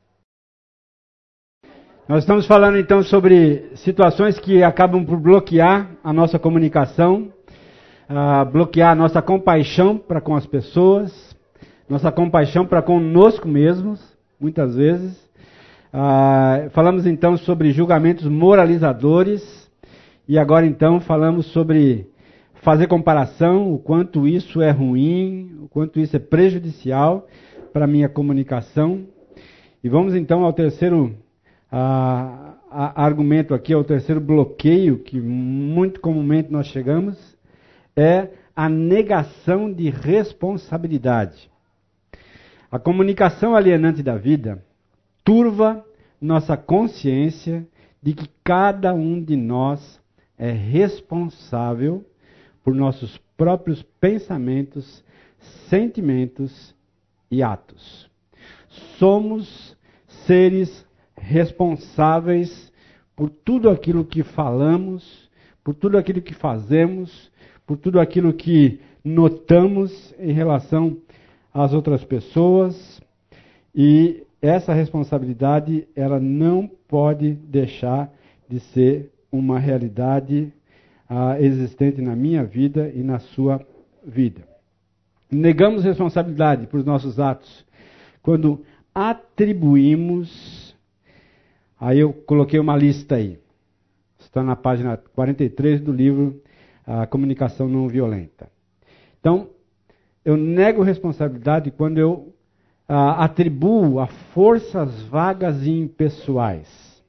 Nós estamos falando então sobre situações que acabam por bloquear a nossa comunicação, bloquear a nossa compaixão para com as pessoas, nossa compaixão para conosco mesmos, muitas vezes. Falamos então sobre julgamentos moralizadores e agora então falamos sobre fazer comparação, o quanto isso é ruim, o quanto isso é prejudicial para a minha comunicação. E vamos então ao terceiro argumento aqui, ao terceiro bloqueio que muito comumente nós chegamos, é a negação de responsabilidade. A comunicação alienante da vida turva nossa consciência de que cada um de nós é responsável por nossos próprios pensamentos, sentimentos e atos. somos seres responsáveis por tudo aquilo que falamos, por tudo aquilo que fazemos, por tudo aquilo que notamos em relação às outras pessoas. E essa responsabilidade, ela não pode deixar de ser uma realidade existente na minha vida e na sua vida. Negamos responsabilidade por nossos atos quando atribuímos. Aí eu coloquei uma lista aí. Está na página 43 do livro A Comunicação Não Violenta. Então, eu nego responsabilidade quando eu atribuo a forças vagas e impessoais.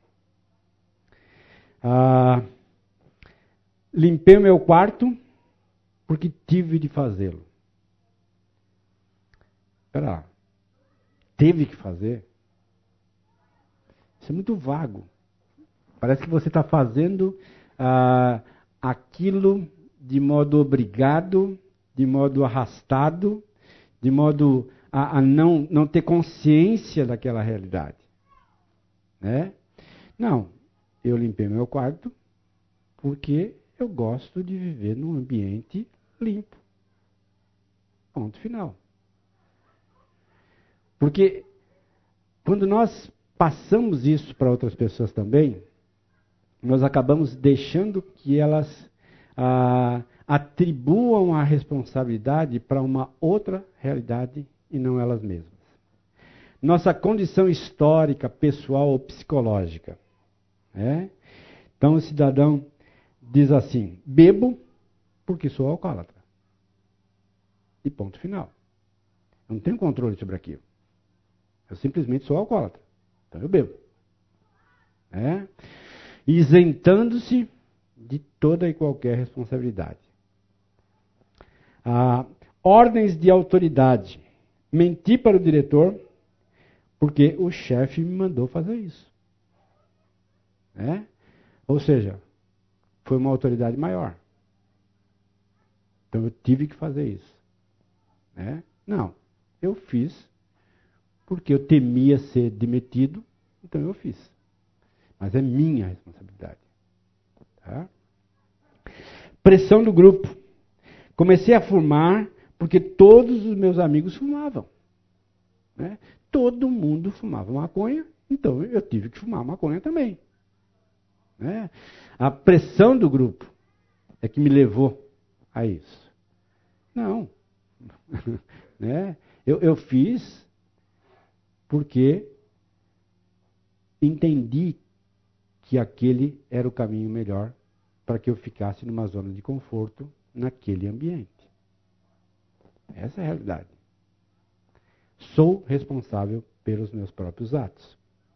Limpei o meu quarto porque tive de fazê-lo. Espera lá. Teve que fazer? Isso é muito vago. Parece que você está fazendo aquilo de modo obrigado, de modo arrastado, de modo a não ter consciência daquela realidade. Né? Não, eu limpei meu quarto porque eu gosto de viver num ambiente limpo. Ponto final. Porque quando nós passamos isso para outras pessoas também, nós acabamos deixando que elas atribuam a responsabilidade para uma outra realidade e não elas mesmas. Nossa condição histórica, pessoal ou psicológica. Né? Então o cidadão diz assim: bebo porque sou alcoólatra. E ponto final. Eu não tenho controle sobre aquilo. Eu simplesmente sou alcoólatra. Então eu bebo. Isentando-se de toda e qualquer responsabilidade. Ordens de autoridade. Menti para o diretor porque o chefe me mandou fazer isso. Ou seja, foi uma autoridade maior. Então eu tive que fazer isso. Não, eu fiz porque eu temia ser demitido, então eu fiz. Mas é minha responsabilidade. Tá? Pressão do grupo. Comecei a fumar porque todos os meus amigos fumavam. Todo mundo fumava maconha, então eu tive que fumar maconha também. A pressão do grupo é que me levou a isso. Não. Eu fiz porque entendi que aquele era o caminho melhor para que eu ficasse numa zona de conforto naquele ambiente. Essa é a realidade. Sou responsável pelos meus próprios atos.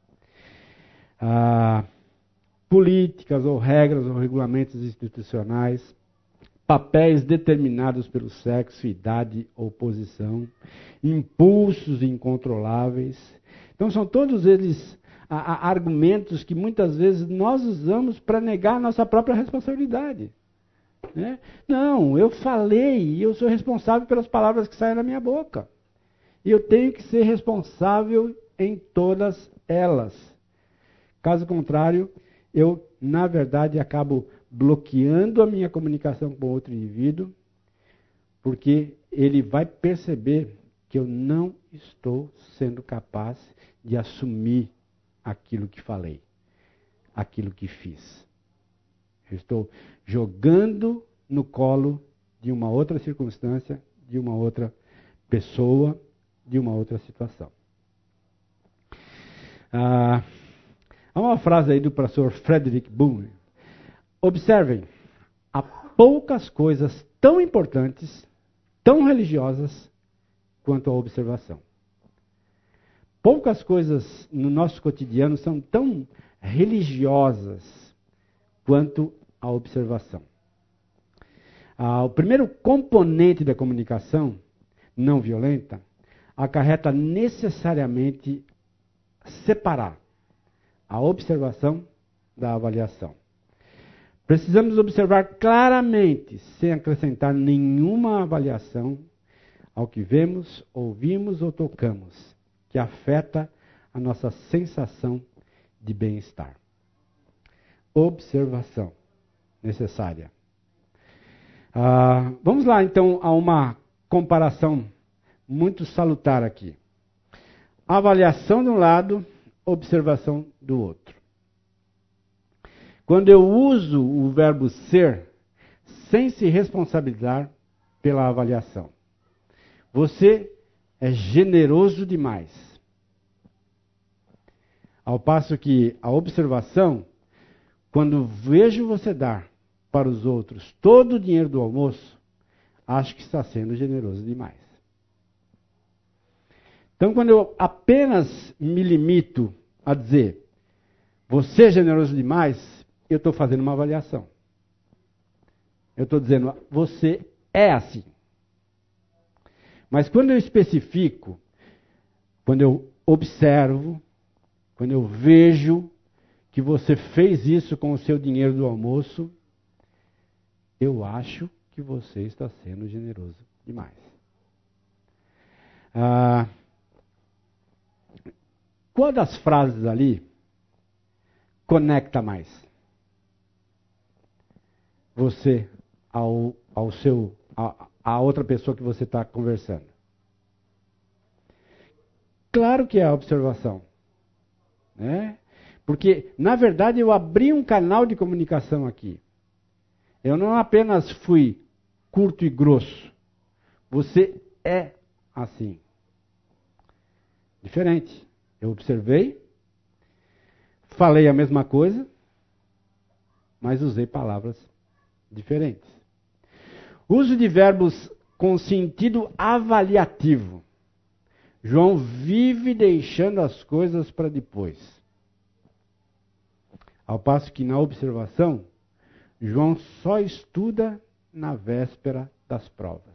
Políticas ou regras ou regulamentos institucionais, papéis determinados pelo sexo, idade ou posição, impulsos incontroláveis. Então são todos eles argumentos que muitas vezes nós usamos para negar a nossa própria responsabilidade. Não, eu falei e eu sou responsável pelas palavras que saem da minha boca. E eu tenho que ser responsável em todas elas. Caso contrário, eu, na verdade, acabo bloqueando a minha comunicação com outro indivíduo, porque ele vai perceber que eu não estou sendo capaz de assumir aquilo que falei, aquilo que fiz. Eu estou jogando no colo de uma outra circunstância, de uma outra pessoa, de uma outra situação. Há uma frase aí do professor Frederick Boone. Observem, há poucas coisas tão importantes, tão religiosas, quanto a observação. Poucas coisas no nosso cotidiano são tão religiosas quanto a observação. O primeiro componente da comunicação não violenta acarreta necessariamente separar a observação da avaliação. Precisamos observar claramente, sem acrescentar nenhuma avaliação, ao que vemos, ouvimos ou tocamos, que afeta a nossa sensação de bem-estar. Observação necessária. Vamos lá, então, a uma comparação muito salutar aqui. Avaliação de um lado, observação do outro. Quando eu uso o verbo ser, sem se responsabilizar pela avaliação. Você é generoso demais. Ao passo que a observação, quando vejo você dar para os outros todo o dinheiro do almoço, acho que está sendo generoso demais. Então, quando eu apenas me limito a dizer, você é generoso demais, eu estou fazendo uma avaliação. Eu estou dizendo, você é assim. Mas quando eu especifico, quando eu observo, quando eu vejo que você fez isso com o seu dinheiro do almoço, eu acho que você está sendo generoso demais. Qual das frases ali conecta mais? Você a outra pessoa que você está conversando. Claro que é a observação. Né? Porque, na verdade, eu abri um canal de comunicação aqui. Eu não apenas fui curto e grosso. Você é assim. Diferente. Eu observei, falei a mesma coisa, mas usei palavras diferentes. Uso de verbos com sentido avaliativo. João vive deixando as coisas para depois. Ao passo que na observação, João só estuda na véspera das provas.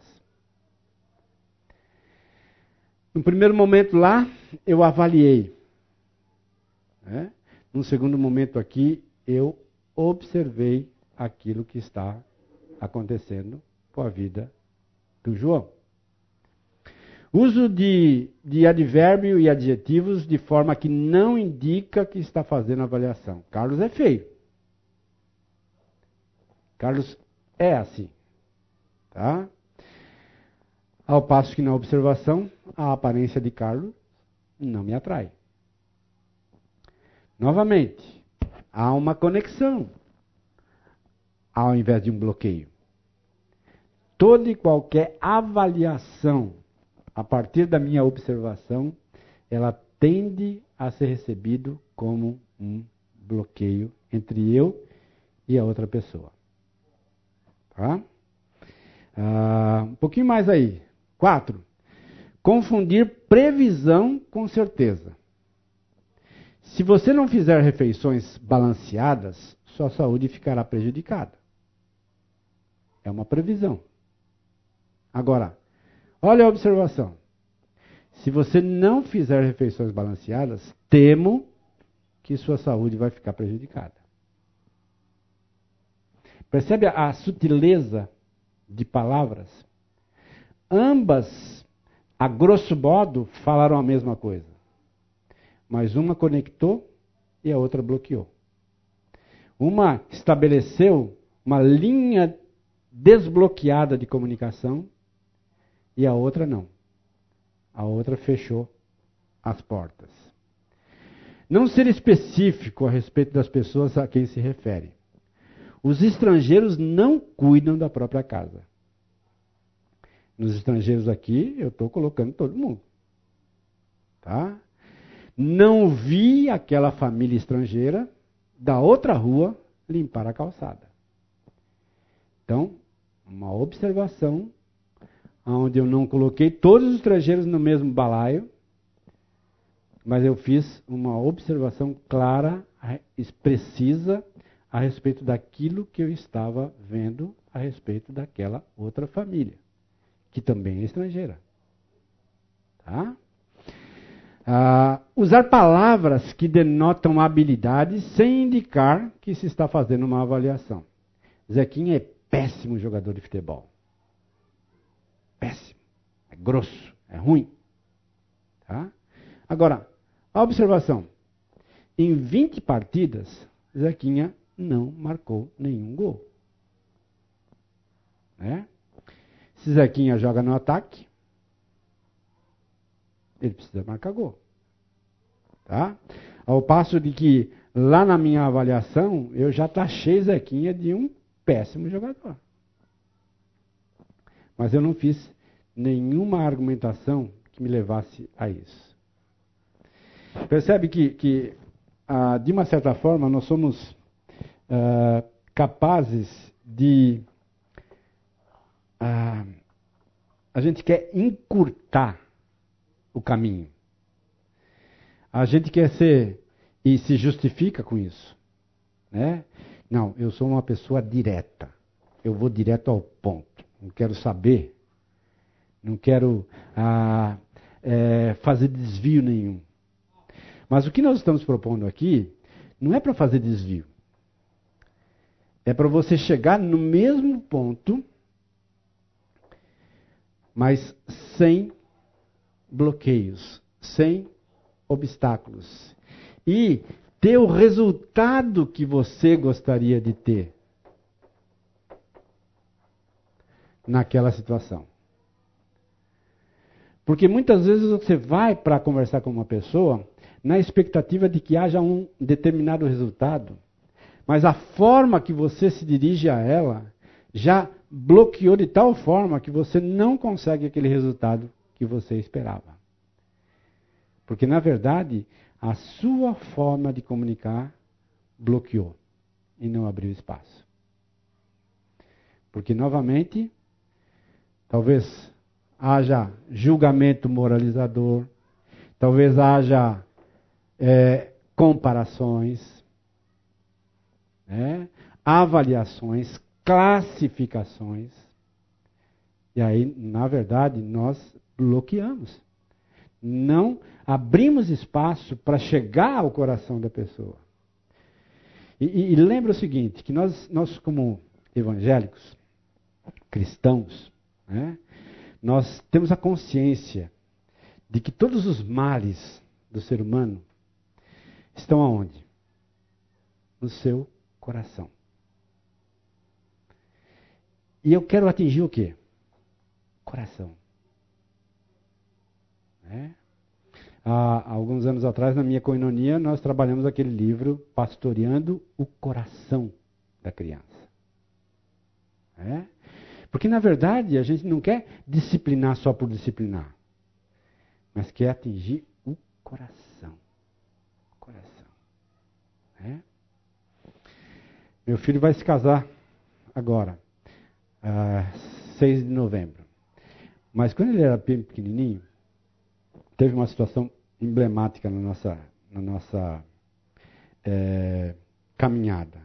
No primeiro momento lá, eu avaliei. Né? No segundo momento aqui, eu observei aquilo que está acontecendo com a vida do João. Uso de advérbio e adjetivos de forma que não indica que está fazendo avaliação. Carlos é feio. Carlos é assim. Tá? Ao passo que na observação, a aparência de Carlos não me atrai. Novamente, há uma conexão, ao invés de um bloqueio. Toda e qualquer avaliação, a partir da minha observação, ela tende a ser recebido como um bloqueio entre eu e a outra pessoa. Tá? Um pouquinho mais aí. 4. Confundir previsão com certeza. Se você não fizer refeições balanceadas, sua saúde ficará prejudicada. É uma previsão. Agora, olha a observação. Se você não fizer refeições balanceadas, temo que sua saúde vai ficar prejudicada. Percebe a sutileza de palavras? Ambas, a grosso modo, falaram a mesma coisa. Mas uma conectou e a outra bloqueou. Uma estabeleceu uma linha desbloqueada de comunicação e a outra não. A outra fechou as portas. Não ser específico a respeito das pessoas a quem se refere. Os estrangeiros não cuidam da própria casa. Nos estrangeiros aqui, eu estou colocando todo mundo. Tá? Não vi aquela família estrangeira da outra rua limpar a calçada. Então, uma observação onde eu não coloquei todos os estrangeiros no mesmo balaio, mas eu fiz uma observação clara, precisa, a respeito daquilo que eu estava vendo a respeito daquela outra família, que também é estrangeira. Tá? Usar palavras que denotam habilidade sem indicar que se está fazendo uma avaliação. Zequinha é péssimo jogador de futebol. Péssimo. É grosso. É ruim. Tá? Agora, a observação. Em 20 partidas, Zequinha não marcou nenhum gol. Né? Se Zequinha joga no ataque, ele precisa marcar gol. Tá? Ao passo de que, lá na minha avaliação, eu já taxei Zequinha de um péssimo jogador. Mas eu não fiz nenhuma argumentação que me levasse a isso. Percebe que de uma certa forma, nós somos capazes de... a gente quer encurtar o caminho. A gente quer ser... e se justifica com isso. Né? Não, eu sou uma pessoa direta. Eu vou direto ao ponto. Não quero saber. Não quero fazer desvio nenhum. Mas o que nós estamos propondo aqui não é para fazer desvio. É para você chegar no mesmo ponto, mas sem bloqueios, sem obstáculos. E ter o resultado que você gostaria de ter naquela situação. Porque muitas vezes você vai para conversar com uma pessoa na expectativa de que haja um determinado resultado, mas a forma que você se dirige a ela já bloqueou de tal forma que você não consegue aquele resultado que você esperava. Porque, na verdade, a sua forma de comunicar bloqueou e não abriu espaço. Porque, novamente, talvez haja julgamento moralizador, talvez haja comparações, avaliações, classificações. E aí, na verdade, nós bloqueamos. Não abrimos espaço para chegar ao coração da pessoa. E lembra o seguinte, que nós como evangélicos, cristãos, nós temos a consciência de que todos os males do ser humano estão aonde? No seu coração. E eu quero atingir o quê? Coração. Há alguns anos atrás, na minha coinonia, nós trabalhamos aquele livro Pastoreando o Coração da Criança. Porque, na verdade, a gente não quer disciplinar só por disciplinar, mas quer atingir o coração. Meu filho vai se casar agora, 6 de novembro. Mas quando ele era bem pequenininho, teve uma situação emblemática na nossa caminhada.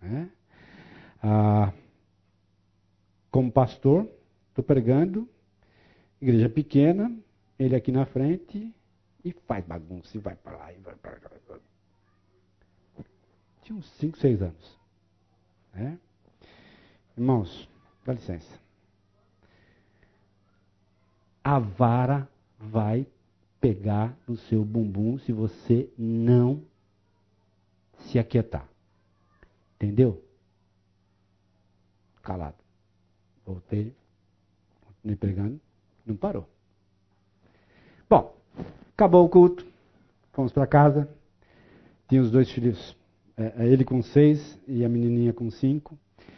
Como pastor, estou pregando, igreja pequena, ele aqui na frente, e faz bagunça, e vai para lá, e vai para cá. Tinha uns 5, 6 anos. Irmãos, dá licença. A vara vai pegar no seu bumbum se você não se aquietar. Entendeu? Calado. Voltei, continuei pregando, não parou. Bom, acabou o culto, fomos para casa, tinha os 2 filhos, ele com 6 e a menininha com 5.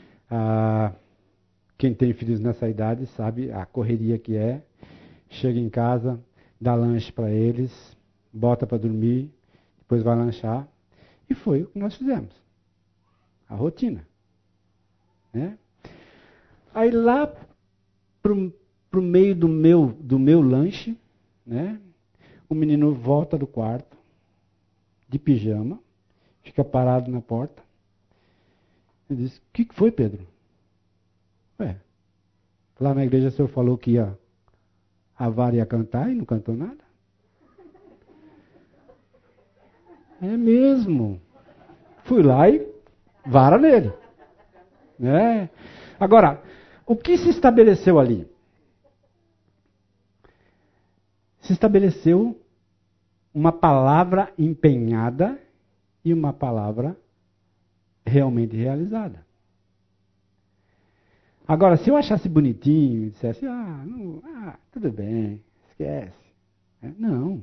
Quem tem filhos nessa idade sabe a correria que é. Chega em casa, dá lanche para eles, bota para dormir, depois vai lanchar. E foi o que nós fizemos. A rotina. Aí lá pro meio do meu lanche, o menino volta do quarto, de pijama, fica parado na porta. Ele diz: o que foi, Pedro? Lá na igreja o senhor falou que a vara ia cantar e não cantou nada? É mesmo. Fui lá e vara nele. Agora, o que se estabeleceu ali? Se estabeleceu uma palavra empenhada e uma palavra realmente realizada. Agora, se eu achasse bonitinho e dissesse, tudo bem, esquece. Não.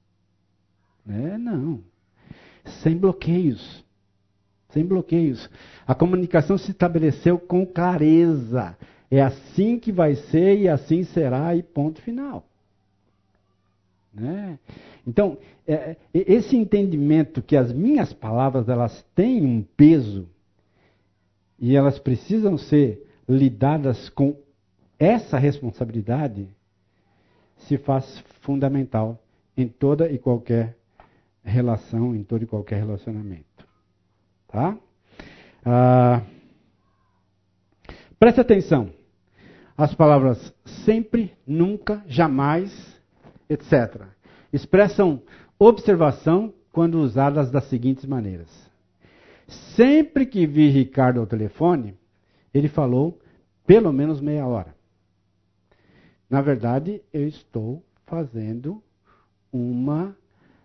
Não. Sem bloqueios. Sem bloqueios. A comunicação se estabeleceu com clareza. É assim que vai ser e assim será e ponto final. Né? Então, esse entendimento que as minhas palavras elas têm um peso e elas precisam ser lidadas com essa responsabilidade se faz fundamental em toda e qualquer relação, em todo e qualquer relacionamento. Tá? Preste atenção. As palavras sempre, nunca, jamais, etc. expressam observação quando usadas das seguintes maneiras. Sempre que vi Ricardo ao telefone, ele falou pelo menos meia hora. Na verdade, eu estou fazendo uma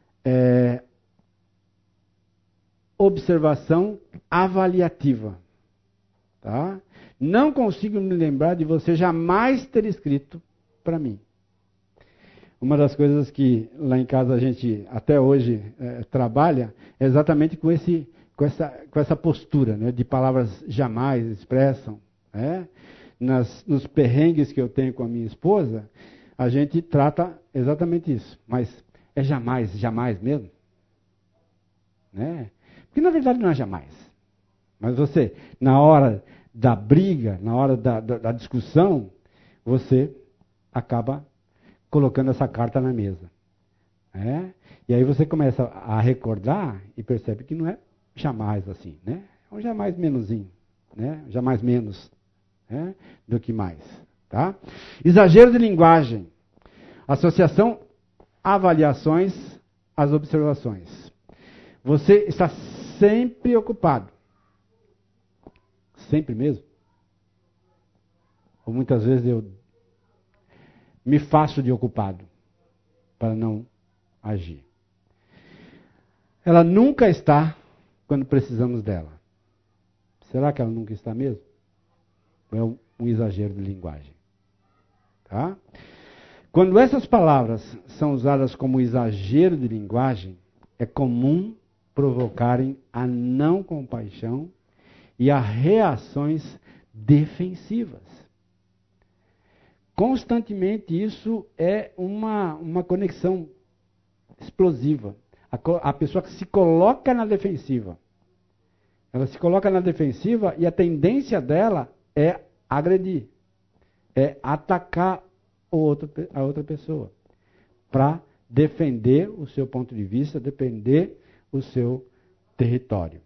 observação avaliativa. Tá? Não consigo me lembrar de você jamais ter escrito para mim. Uma das coisas que lá em casa a gente até hoje trabalha é exatamente com essa postura, né, de palavras jamais expressam. Né? Nos perrengues que eu tenho com a minha esposa, a gente trata exatamente isso. Mas é jamais, jamais mesmo? Né? Porque na verdade não é jamais. Mas você, na hora da briga, na hora da discussão, você acaba colocando essa carta na mesa. Né? E aí você começa a recordar e percebe que não é jamais assim. Né? É um jamais menusinho. Né? Jamais menos, né, do que mais. Tá? Exagero de linguagem. Associação, avaliações, as observações. Você está sempre ocupado. Sempre mesmo? Ou muitas vezes eu me faço de ocupado para não agir. Ela nunca está quando precisamos dela. Será que ela nunca está mesmo? Ou é um exagero de linguagem? Tá? Quando essas palavras são usadas como exagero de linguagem, é comum provocarem a não compaixão e a reações defensivas. Constantemente isso é uma conexão explosiva. A pessoa que se coloca na defensiva. Ela se coloca na defensiva e a tendência dela é agredir. É atacar a outra pessoa. Para defender o seu ponto de vista, defender o seu território.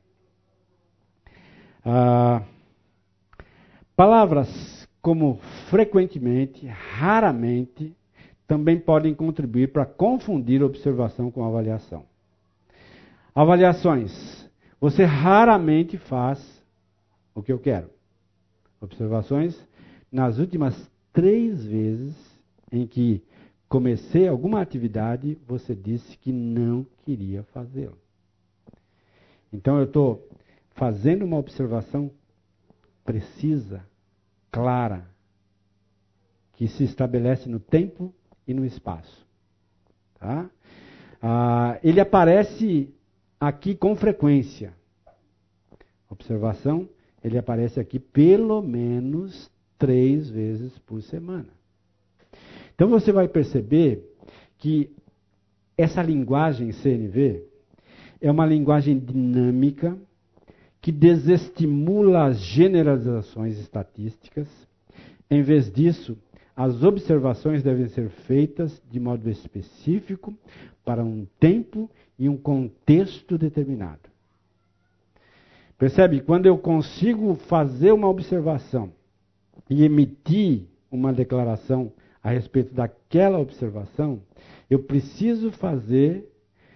Palavras como frequentemente, raramente, também podem contribuir para confundir observação com avaliação. Avaliações. Você raramente faz o que eu quero. Observações. Nas últimas 3 vezes em que comecei alguma atividade, você disse que não queria fazê-la. Então eu estou fazendo uma observação precisa, clara, que se estabelece no tempo e no espaço. Tá? Ele aparece aqui com frequência. Observação, ele aparece aqui pelo menos 3 vezes por semana. Então você vai perceber que essa linguagem CNV é uma linguagem dinâmica que desestimula as generalizações estatísticas. Em vez disso, as observações devem ser feitas de modo específico para um tempo e um contexto determinado. Percebe? Quando eu consigo fazer uma observação e emitir uma declaração a respeito daquela observação, eu preciso fazer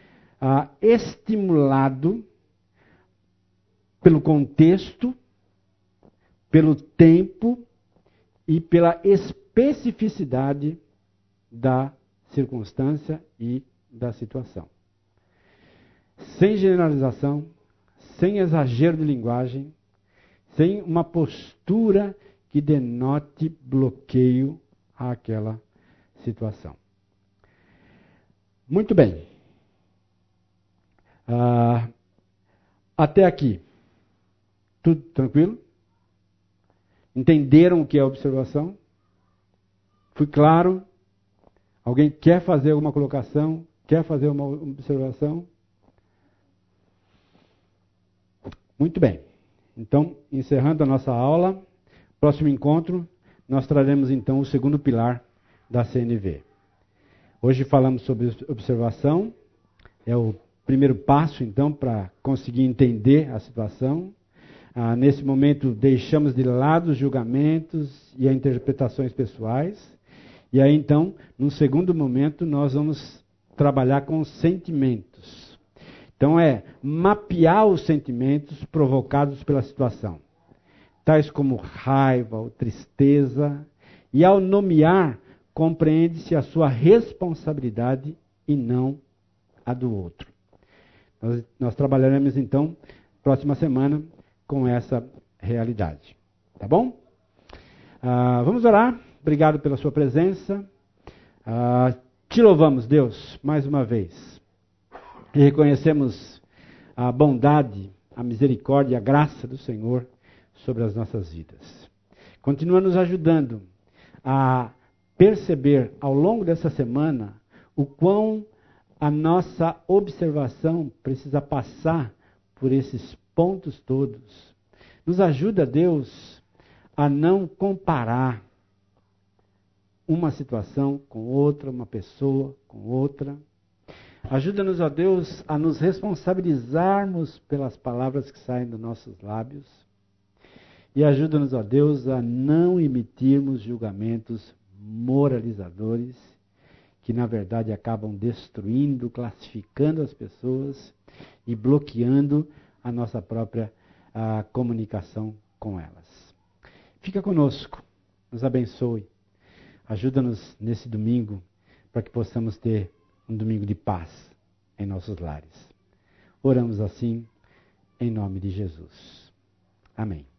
estimulado pelo contexto, pelo tempo e pela especificidade da circunstância e da situação. Sem generalização, sem exagero de linguagem, sem uma postura que denote bloqueio àquela situação. Muito bem. Até aqui, tudo tranquilo? Entenderam o que é observação? Fui claro? Alguém quer fazer alguma colocação? Quer fazer uma observação? Muito bem. Então, encerrando a nossa aula, próximo encontro, nós traremos então o segundo pilar da CNV. Hoje falamos sobre observação, é o primeiro passo então para conseguir entender a situação. Nesse momento deixamos de lado os julgamentos e as interpretações pessoais. E aí então, num segundo momento, nós vamos trabalhar com os sentimentos. Então é mapear os sentimentos provocados pela situação, tais como raiva ou tristeza, e ao nomear, compreende-se a sua responsabilidade e não a do outro. Nós trabalharemos então, próxima semana, com essa realidade. Tá bom? Vamos orar. Obrigado pela sua presença. Te louvamos, Deus, mais uma vez. E reconhecemos a bondade, a misericórdia e a graça do Senhor sobre as nossas vidas. Continua nos ajudando a perceber ao longo dessa semana o quão a nossa observação precisa passar por esses pontos todos. Nos ajuda, Deus, a não comparar uma situação com outra, uma pessoa com outra. Ajuda-nos, ó Deus, a nos responsabilizarmos pelas palavras que saem dos nossos lábios. E ajuda-nos, ó Deus, a não emitirmos julgamentos moralizadores, que na verdade acabam destruindo, classificando as pessoas e bloqueando a nossa própria comunicação com elas. Fica conosco, nos abençoe. Ajuda-nos nesse domingo para que possamos ter um domingo de paz em nossos lares. Oramos assim em nome de Jesus. Amém.